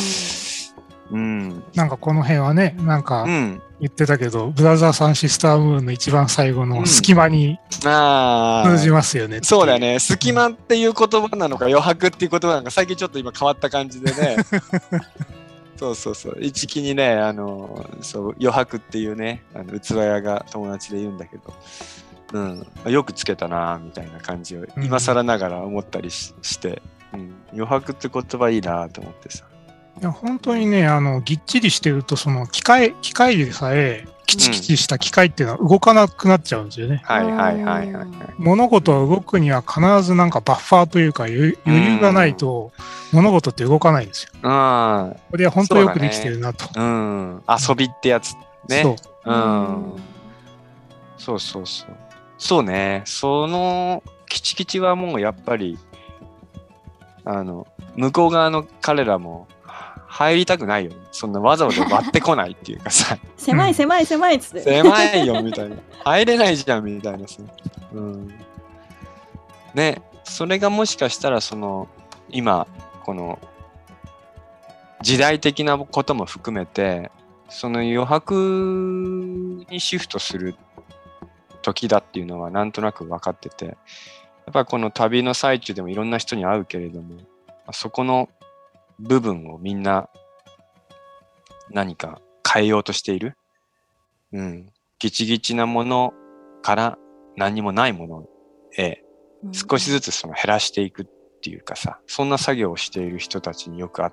なんかこの辺はね、なんか言ってたけど、ブラザーサンシスタームーンの一番最後の隙間に通じますよね、 そうだね、隙間っていう言葉なのか余白っていう言葉なのか最近ちょっと今変わった感じでねそう一気にねそう余白っていうね器屋が友達で言うんだけど、よくつけたなみたいな感じを今更ながら思ったりして、余白って言葉いいなと思ってさ。 いや本当にねぎっちりしてるとその機械でさえキチキチした機械っていうのは動かなくなっちゃうんですよね。物事は動くには必ずなんかバッファーというか余裕がないと物事って動かないんですよ。これは本当よくできてるなと。 遊びってやつね。そうね。そのキチキチはもうやっぱり向こう側の彼らも入りたくないよね。そんなわざわざ割ってこないっていうかさ狭いっつって狭いよみたいな、入れないじゃんみたいなさ、ね、それがもしかしたらその今この時代的なことも含めてその余白にシフトする時だっていうのはなんとなく分かってて、やっぱりこの旅の最中でもいろんな人に会うけれども、そこの部分をみんな何か変えようとしている、ギチギチなものから何にもないものへ少しずつその減らしていくっていうかさ、そんな作業をしている人たちによく会って、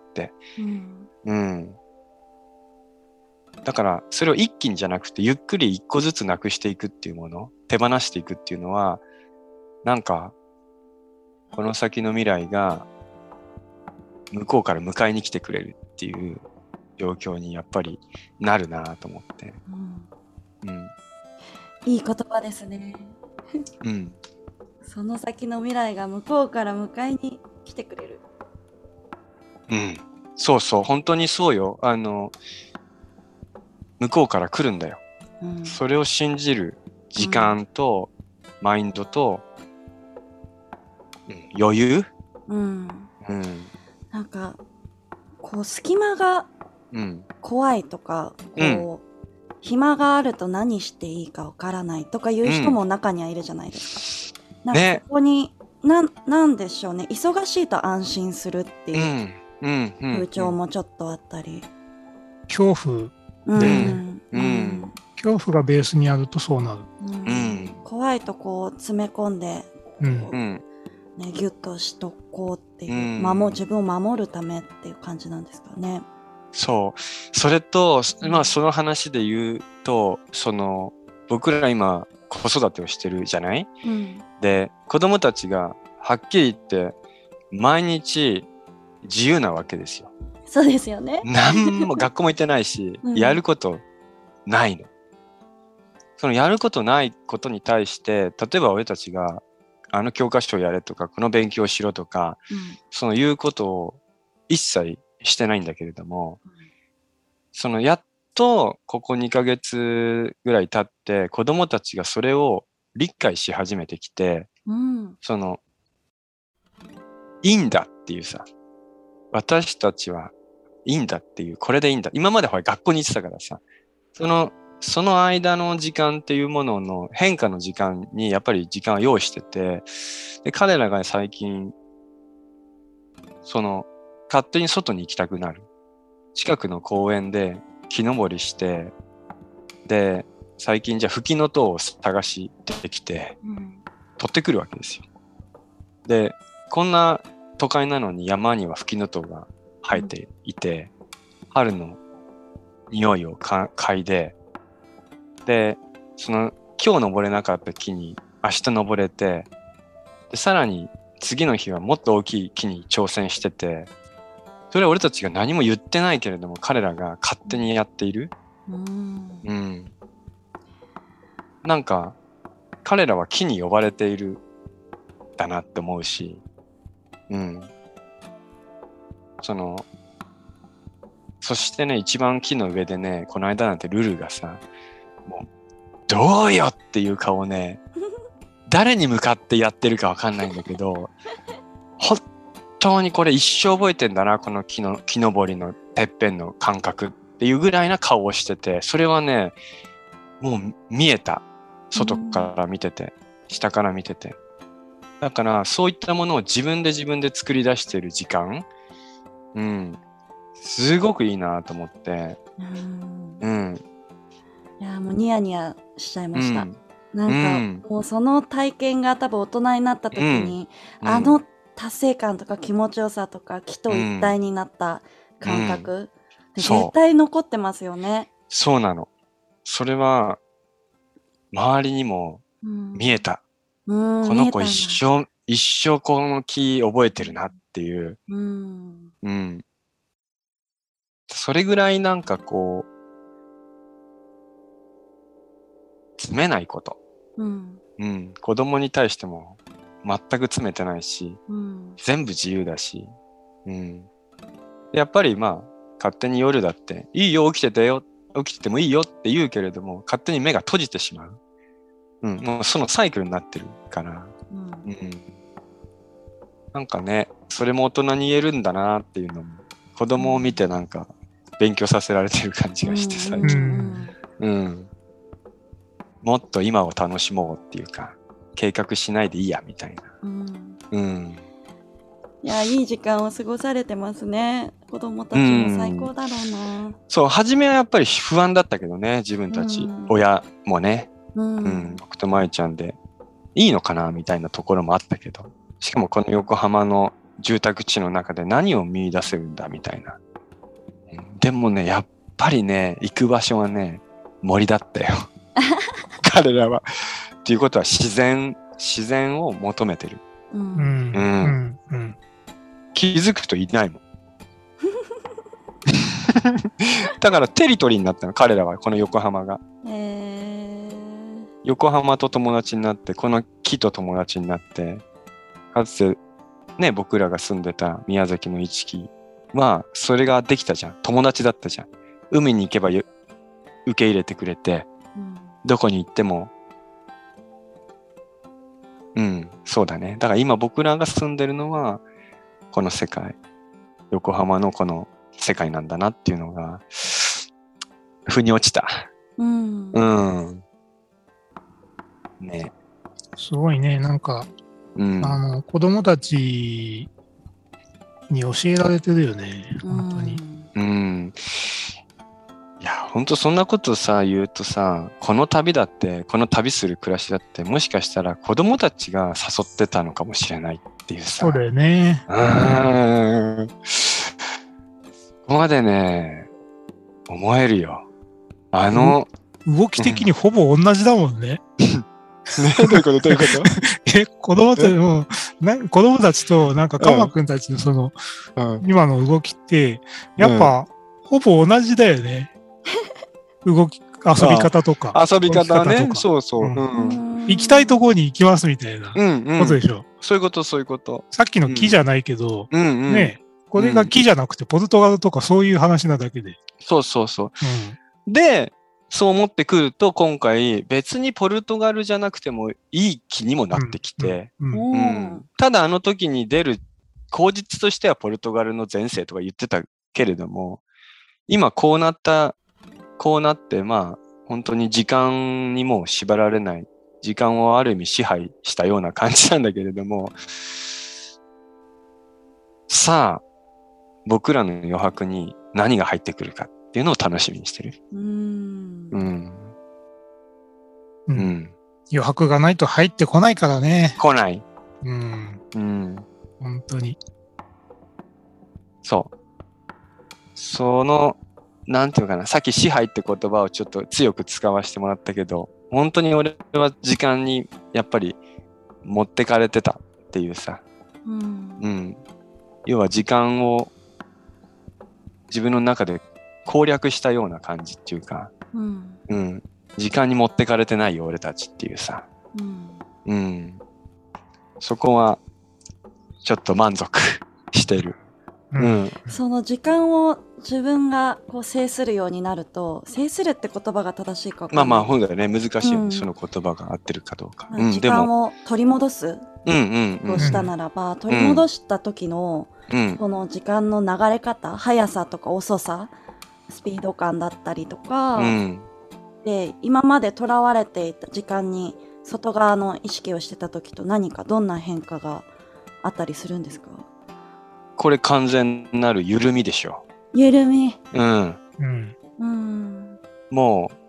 だからそれを一気にじゃなくてゆっくり一個ずつなくしていくっていうもの、手放していくっていうのはなんかこの先の未来が向こうから迎えに来てくれるっていう状況にやっぱりなるなと思って、 いい言葉ですねその先の未来が向こうから迎えに来てくれる。 そう本当にそうよ。向こうから来るんだよ、それを信じる時間と、マインドと、余裕、 なんかこう隙間が怖いとか、こう暇があると何していいかわからないとかいう人も中にはいるじゃないですか。なんかそこになんでしょうね、忙しいと安心するっていう風潮もちょっとあったり、 恐怖で、恐怖がベースにあるとそうなる。 怖いとこう詰め込んでギュッとしとこうっていう、自分を守るためっていう感じなんですかね。 それと、その話で言うと、僕ら今子育てをしてるじゃない、で子供たちがはっきり言って毎日自由なわけですよ。 そうですよね。 何も学校も行ってないし、やることないの。そのやることないことに対して例えば俺たちが教科書をやれとかこの勉強をしろとか、その言うことを一切してないんだけれども、やっとここ2ヶ月ぐらい経って子供たちがそれを理解し始めてきて、いいんだっていうさ、私たちはいいんだっていう、これでいいんだ。今まで学校に行ってたからさ、その間の時間っていうものの変化の時間にやっぱり時間を用意してて、で彼らが最近勝手に外に行きたくなる。近くの公園で木登りして、で、最近じゃあフキノトウを探してきて、取ってくるわけですよ。で、こんな都会なのに山にはフキノトウが生えていて、春の匂いを嗅いで、で、その今日登れなかった木に明日登れて、でさらに次の日はもっと大きい木に挑戦してて、それは俺たちが何も言ってないけれども彼らが勝手にやっている。なんか彼らは木に呼ばれているだなって思うし、そしてね、一番木の上でね、この間なんてルルがさ、もうどうよっていう顔をね、誰に向かってやってるかわかんないんだけど、本当にこれ一生覚えてんだな、この木登りのてっぺんの感覚っていうぐらいな顔をしてて、それはね、もう見えた。外から見てて、下から見てて。だからそういったものを自分で作り出している時間、すごくいいなと思って。 いや、もうニヤニヤしちゃいました。なんか、もうその体験が多分大人になった時に、あの達成感とか気持ちよさとか木と一体になった感覚、絶対残ってますよね。 そうなの。それは周りにも見えた。この子一生この木覚えてるなっていう。それぐらいなんかこう詰めないこと。子供に対しても全く詰めてないし、全部自由だし、やっぱりまあ勝手に夜だっていいよ起きててよ、起きててもいいよって言うけれども、勝手に目が閉じてしまう。もうそのサイクルになってるから、なんかね、それも大人に言えるんだなっていうのも子供を見てなんか勉強させられてる感じがして最近。もっと今を楽しもうっていうか、計画しないでいいやみたいな。 いや、いい時間を過ごされてますね。子供たちも最高だろうな。 そう、初めはやっぱり不安だったけどね、自分たち、親もね、僕と舞ちゃんでいいのかなみたいなところもあったけど、しかもこの横浜の住宅地の中で何を見出せるんだみたいな。でもね、やっぱりね、行く場所はね、森だったよ。彼らは。っていうことは自然を求めてる。気づくといないもん。だからテリトリーになったの、彼らは、この横浜が。横浜と友達になって、この木と友達になって、かつてね、僕らが住んでた宮崎の一木は、それができたじゃん。友達だったじゃん。海に行けば受け入れてくれて、どこに行っても、そうだね。だから今僕らが住んでるのは、この世界、横浜のこの世界なんだなっていうのが、腑に落ちた。ね。 すごいね、なんか、子供たちに教えられてるよね、本当に。 いや、本当そんなことさ、言うとさ、この旅だって、この旅する暮らしだって、もしかしたら子供たちが誘ってたのかもしれないっていうさ。 そうだよね。 ここまでね、思えるよ。 動き的にほぼ同じだもんね。 どういうこと子供たちと、なんか、カマ君たちのその、今の動きって、やっぱ、ほぼ同じだよね。遊び方とか。 遊び方ね。そう。 行きたいところに行きますみたいなことでしょ。 そういうこと。 さっきの木じゃないけど、ね、これが木じゃなくてポルトガルとかそういう話なだけで。 そう。で、そう思ってくると、今回、別にポルトガルじゃなくてもいい気にもなってきて、ただあの時に出る口実としてはポルトガルの前世とか言ってたけれども、今こうなって、まあ、本当に時間にもう縛られない、時間をある意味支配したような感じなんだけれども、さあ、 僕らの余白に何が入ってくるかっていうのを楽しみにしてる。 余白がないと入ってこないからね。 来ない。 本当に。 そう。なんていうのかな、さっき支配って言葉をちょっと強く使わせてもらったけど、本当に俺は時間にやっぱり持ってかれてたっていうさ。要は時間を自分の中で攻略したような感じっていうか、時間に持ってかれてないよ俺たちっていうさ、そこはちょっと満足してる。 その時間を自分がこう制するようになると、制するって言葉が正しいか分かんない。 そうだよね、難しいよね、その言葉が合ってるかどうか。 時間を取り戻すとしたならば、取り戻した時のこの時間の流れ方、速さとか遅さ、スピード感だったりとか、で今までとらわれていた時間に外側の意識をしてた時と何かどんな変化があったりするんですか？ これ完全なる緩みでしょ。 緩み。 もう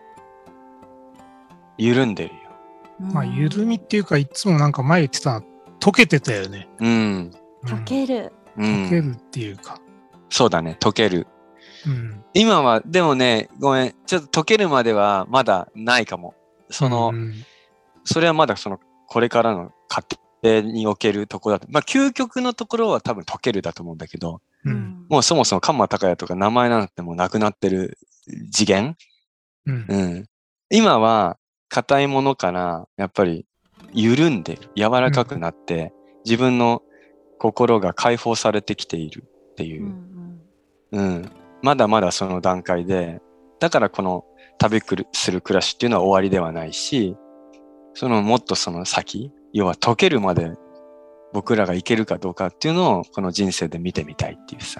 緩んでるよ。 まあ緩みっていうか、いつもなんか前言ってたの溶けてたよね。 溶ける。 溶けるっていうか。 そうだね、溶ける。今はでもね、ごめん、ちょっと溶けるまではまだないかも。それはまだこれからの過程におけるところだと。まあ究極のところは多分溶けるだと思うんだけど、もうそもそもカンマ高也とか名前なんてもうなくなってる次元。今は硬いものからやっぱり緩んでる、柔らかくなって、自分の心が解放されてきているっていう。まだまだその段階で、だからこの旅する暮らしっていうのは終わりではないし、もっとその先、要は溶けるまで僕らがいけるかどうかっていうのをこの人生で見てみたいっていうさ。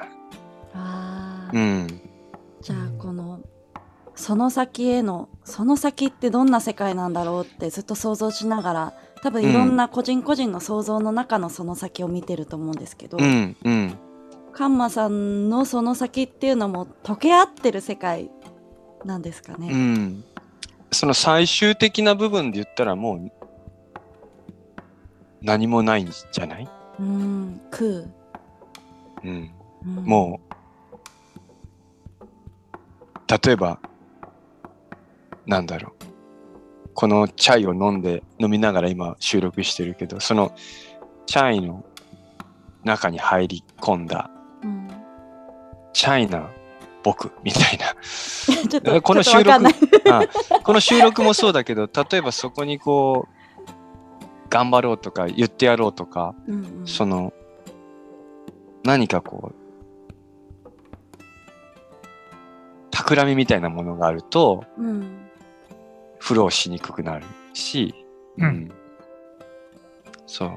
じゃあその先ってどんな世界なんだろうってずっと想像しながら、多分いろんな個人個人の想像の中のその先を見てると思うんですけど、カンマさんのその先っていうのも溶け合ってる世界なんですかね。 その最終的な部分で言ったらもう何もないんじゃない？ 空。 もう例えばなんだろう、このチャイを飲みながら今収録してるけど、そのチャイの中に入り込んだチャイな僕みたいなこの収録この収録もそうだけど、例えばそこにこう頑張ろうとか言ってやろうとか、何かこう企みみたいなものがあると、フローしにくくなるし、そう。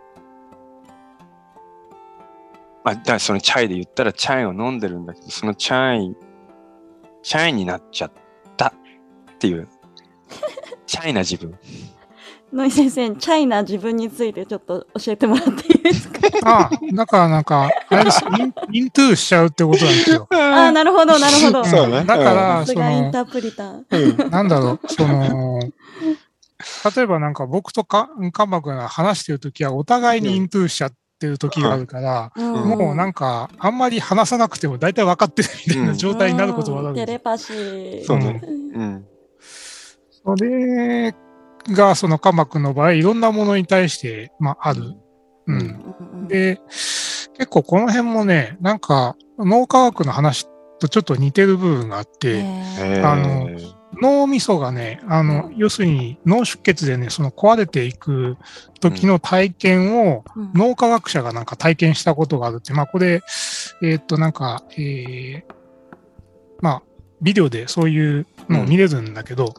だからそのチャイで言ったらチャイを飲んでるんだけど、そのチャイになっちゃったっていうチャイな自分。 ノイ先生、チャイな自分についてちょっと教えてもらっていいですか？ だからなんかあれですイントゥーしちゃうってことなんですよ。 なるほどなるほど。 そうね。 だからそのインタープリター。なんだろう、例えばなんか僕とカンマ君が話してるときはお互いにイントゥーしちゃってるときがあるから、もうなんかあんまり話さなくても大体分かってるみたいな状態になることはあるんです。 テレパシー。 そうね。 それがそのカンマ君の場合いろんなものに対してある。で、結構この辺もね、なんか脳科学の話とちょっと似てる部分があって、脳みそがね、要するに脳出血でね、その壊れていく時の体験を脳科学者がなんか体験したことがあるって、これ、なんか、ビデオでそういうのを見れるんだけど、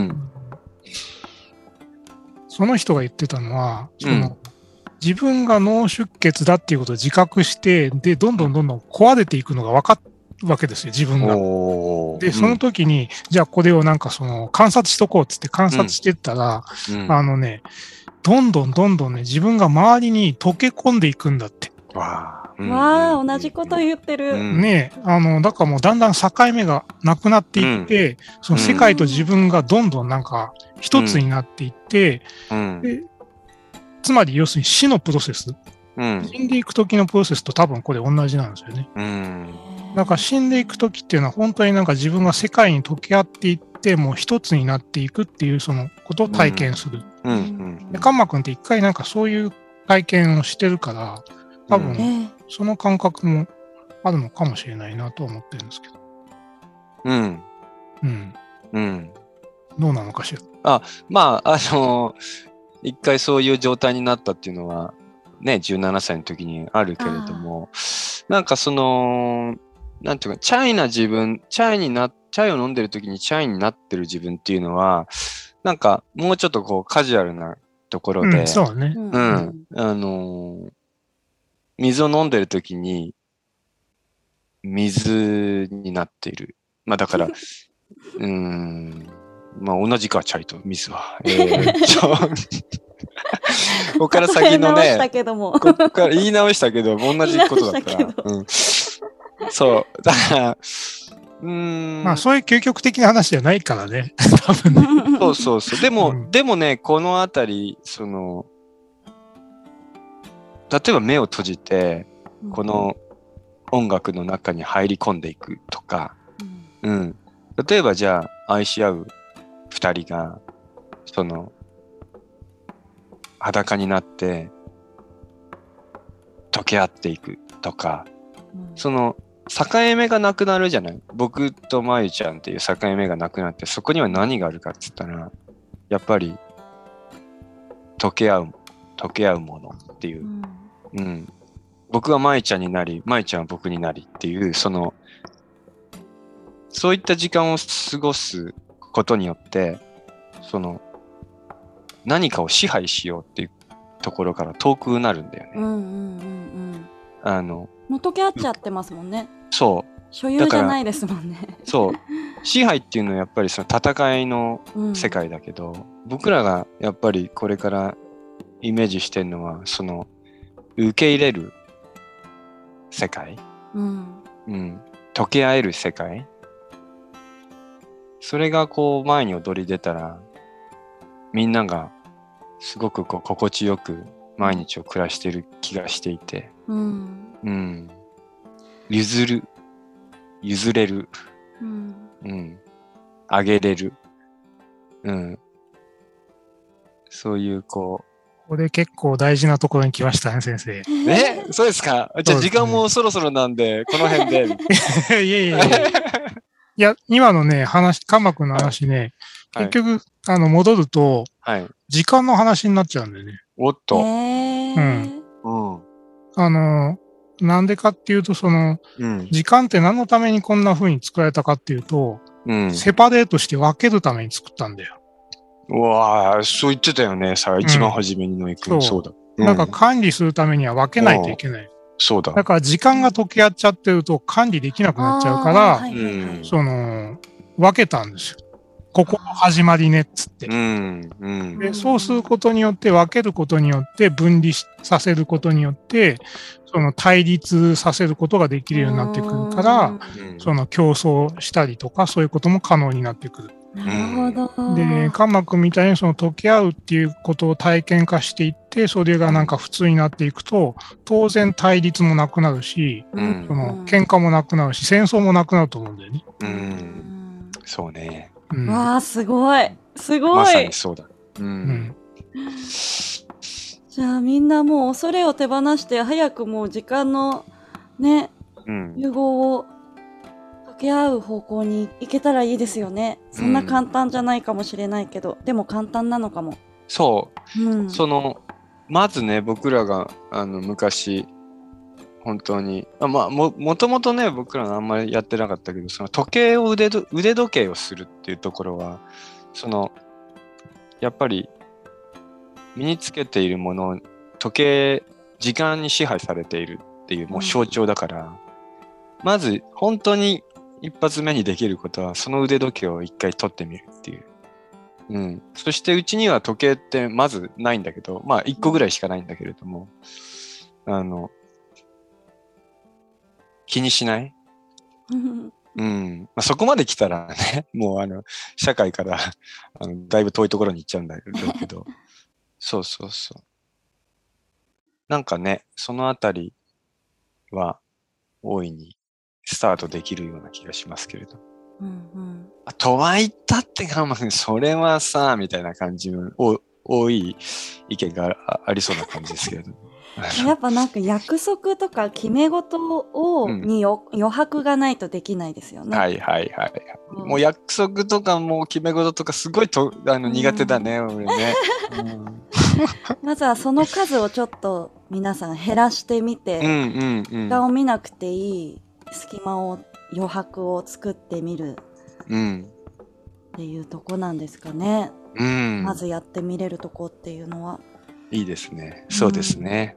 その人が言ってたのは、自分が脳出血だっていうことを自覚して、で、どんどん壊れていくのが分かるわけですよ、自分が。で、その時に、じゃあこれをなんか観察しとこうっつって観察してったら、どんどんね、自分が周りに溶け込んでいくんだって。 わあ、同じこと言ってる。 ねえ、だからもうだんだん境目がなくなっていって、その世界と自分がどんどんなんか一つになっていって、でつまり要するに死のプロセス、死んでいく時のプロセスと多分これ同じなんですよね。だから死んでいく時っていうのは本当になんか自分が世界に溶け合っていって、もう一つになっていくっていうそのことを体験する。で、カンマ君って一回なんかそういう体験をしてるから、多分その感覚もあるのかもしれないなと思ってるんですけど。どうなのかしら。 まあ、一回そういう状態になったっていうのは、ね、17歳の時にあるけれども、なんかその、なんていうか、チャイを飲んでる時にチャイになってる自分っていうのは、なんかもうちょっとこうカジュアルなところで、 そうね。 水を飲んでる時に水になっている。まあだから、まあ同じか、チャイと水は。ここから先のね、ここから言い直したけど、同じことだったら。そう。だから、 まあそういう究極的な話じゃないからね。多分ね。そう。でもね、このあたり、その、例えば目を閉じて、この音楽の中に入り込んでいくとか、例えばじゃあ愛し合う二人が、その、裸になって溶け合っていくとか、その境目がなくなるじゃない。僕とまゆちゃんっていう境目がなくなって、そこには何があるかって言ったら、やっぱり溶け合うものっていう、僕がまゆちゃんになり、まゆちゃんは僕になりっていう、そういった時間を過ごすことによって、その何かを支配しようっていうところから遠くなるんだよね。 もう溶け合っちゃってますもんね。 そう。 所有じゃないですもんね。 そう。支配っていうのはやっぱりその戦いの世界だけど、僕らがやっぱりこれからイメージしてるのは、その受け入れる世界、溶け合える世界、それがこう前に躍り出たら、みんながすごくこう心地よく毎日を暮らしている気がしていて、譲れる、あげれる、そういうここれ結構大事なところに来ましたね、先生。 そうですか。じゃあ時間もそろそろなんで、この辺で。 いや、今のね、カンマ君の話ね、結局、戻ると、時間の話になっちゃうんだよね。 おっと。 なんでかっていうと、時間って何のためにこんな風に作られたかっていうと、セパレートして分けるために作ったんだよ。 うわぁ、そう言ってたよね、一番初めにのいく。そうだ。 だから管理するためには分けないといけない。 そうだ。 だから時間が溶け合っちゃってると管理できなくなっちゃうから、分けたんですよ。ここの始まりねっつって。で、そうすることによって、分けることによって、分離させることによって、対立させることができるようになってくるから、競争したりとか、そういうことも可能になってくる。 なるほど。 で、カンマ君みたいに溶け合うっていうことを体験化していって、それがなんか普通になっていくと、当然対立もなくなるし、喧嘩もなくなるし、戦争もなくなると思うんだよね。 そうね。 わあ、すごい。すごい。 まさにそうだ。 じゃあみんなもう恐れを手放して早くもう時間のね、融合を溶け合う方向に行けたらいいですよね。そんな簡単じゃないかもしれないけど、でも簡単なのかも。 そう。まずね、僕らが昔本当にもともとね、僕らあんまりやってなかったけど、時計を腕時計をするっていうところは、やっぱり身につけているもの、時間に支配されているっていうもう象徴だから、まず本当に一発目にできることは、その腕時計を一回取ってみるっていう。そしてうちには時計ってまずないんだけど、1個ぐらいしかないんだけれども、 気にしない。まあ、そこまで来たらね、もう社会からだいぶ遠いところに行っちゃうんだろうけど、そうそうそう。なんかね、そのあたりは大いにスタートできるような気がしますけれど。とは言ったってそれはさ、みたいな感じの多い意見がありそうな感じですけれど。 やっぱなんか約束とか決め事に余白がないとできないですよね。 はいはいはい。もう約束とかもう決め事とかすごい苦手だね、俺ね。 まずはその数をちょっと皆さん減らしてみて、時間を見なくていい隙間を余白を作ってみるっていうとこなんですかね。まずやってみれるとこっていうのは。いいですね。そうですね。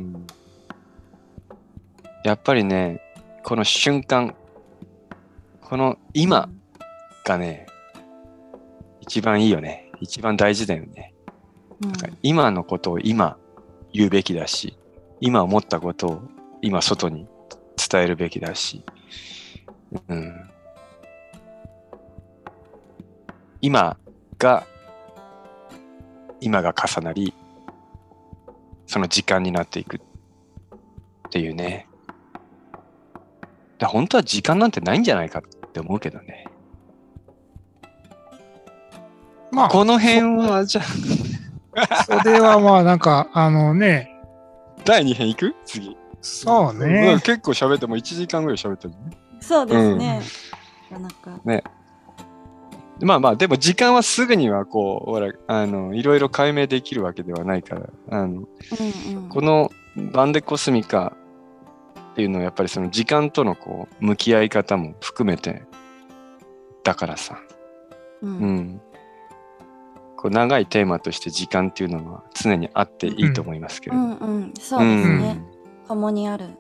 やっぱりね、この瞬間、この今がね、一番いいよね。一番大事だよね。今のことを今言うべきだし、今思ったことを今外に伝えるべきだし、今が重なり、その時間になっていくっていうね。本当は時間なんてないんじゃないかって思うけどね。まあ、この辺はじゃあ。それはまあなんか第2編いく？次。 そうね。 結構喋っても1時間ぐらい喋ってるね。 そうですね。なんか。 ね。まあまあ、でも時間はすぐにはほら、いろいろ解明できるわけではないから、このバンデコスミカっていうのはやっぱりその時間との向き合い方も含めてだからさ、長いテーマとして時間っていうのは常にあっていいと思いますけれど。 そうですね。共にある。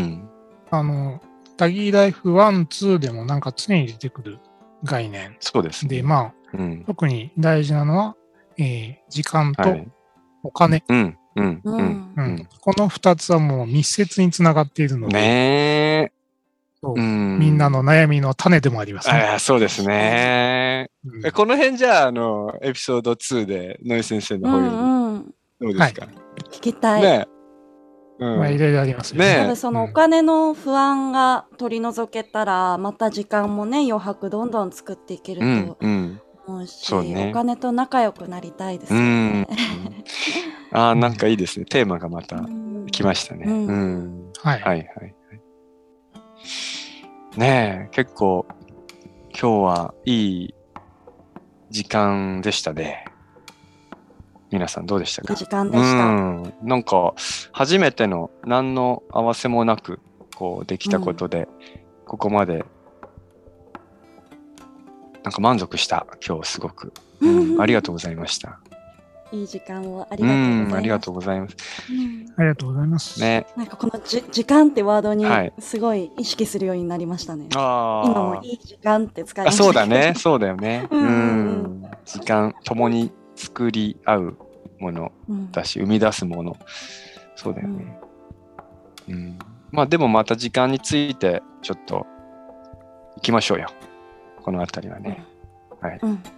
タギーライフ1、2でもなんか常に出てくる概念。 そうですね。 で、まあ、特に大事なのは、時間とお金。この2つはもう密接につながっているので、みんなの悩みの種でもありますね。 そうですね。この辺じゃあ、エピソード2でノイ先生の方よりどうですか？ 聞きたい。ね。 まあいろいろありますよね。 多分そのお金の不安が取り除けたら、また時間もね、余白どんどん作っていけると思うし、お金と仲良くなりたいですよね。 なんかいいですね。テーマがまた来ましたね。はいはい。ねえ、結構今日はいい時間でしたね。皆さんどうでしたか？ いい時間でした。 なんか初めての何の合わせもなくできたことで、ここまでなんか満足した今日すごく、ありがとうございました。 いい時間をありがとうございます。 ありがとうございます。 ありがとうございます。 ね。 なんかこの時間ってワードにすごい意識するようになりましたね。今もいい時間って使いました。 そうだね。そうだよね。時間、共に作り合うものだし、生み出すもの。そうだよね。まあでもまた時間についてちょっと行きましょうよ。このあたりはね。はい。行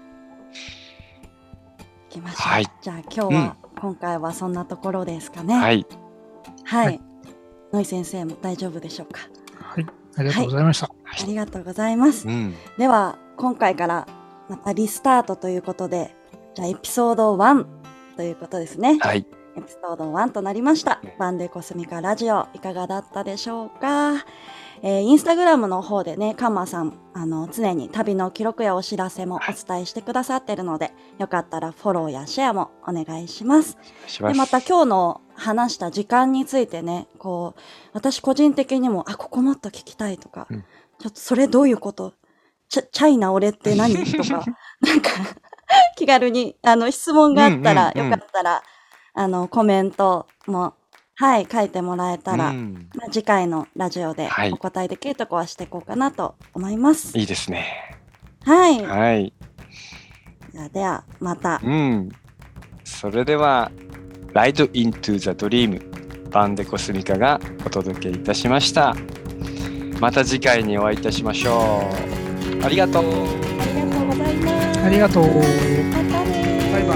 きましょう。じゃあ今回はそんなところですかね。はい。ノイ先生も大丈夫でしょうか？ はい。ありがとうございました。 ありがとうございます。では今回からまたリスタートということで、じゃあエピソード1ということですね。 はい。 エピソード1となりました。バンデコスミカラジオいかがだったでしょうか？インスタグラムの方でね、カンマさん常に旅の記録やお知らせもお伝えしてくださってるので、よかったらフォローやシェアもお願いします。でまた今日の話した時間についてね、私個人的にもここもっと聞きたいとか、ちょっとそれどういうこと？チャイナ俺って何？とかなんか気軽に質問があったら、よかったらコメントも書いてもらえたら、次回のラジオでお答えできるとこはしていこうかなと思います。 いいですね。 はい。ではまた。 それではRide into the Dream バンデコスミカがお届けいたしました。 また次回にお会いいたしましょう。ありがとう。 ありがとうございます。 ありがとう。 またね。 バイバ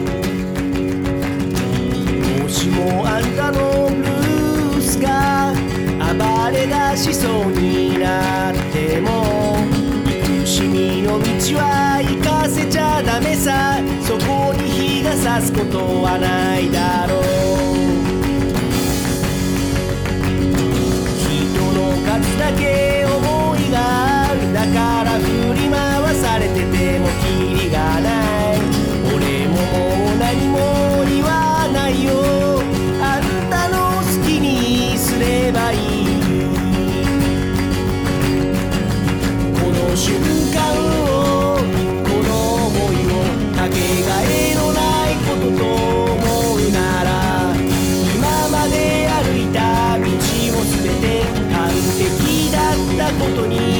イ。 もしもあんたのブルースが暴れ出しそうになっても、憎しみの道は行かせちゃダメさ。そこに日が差すことはないだろう。人の数だけ思いがある。だから振り回されててもキリがない。俺ももう何も言わないよ。あんたの好きにすればいい。この瞬間を、この想いをかけがえのないことと思うなら、今まで歩いた道をすべて完璧だったことに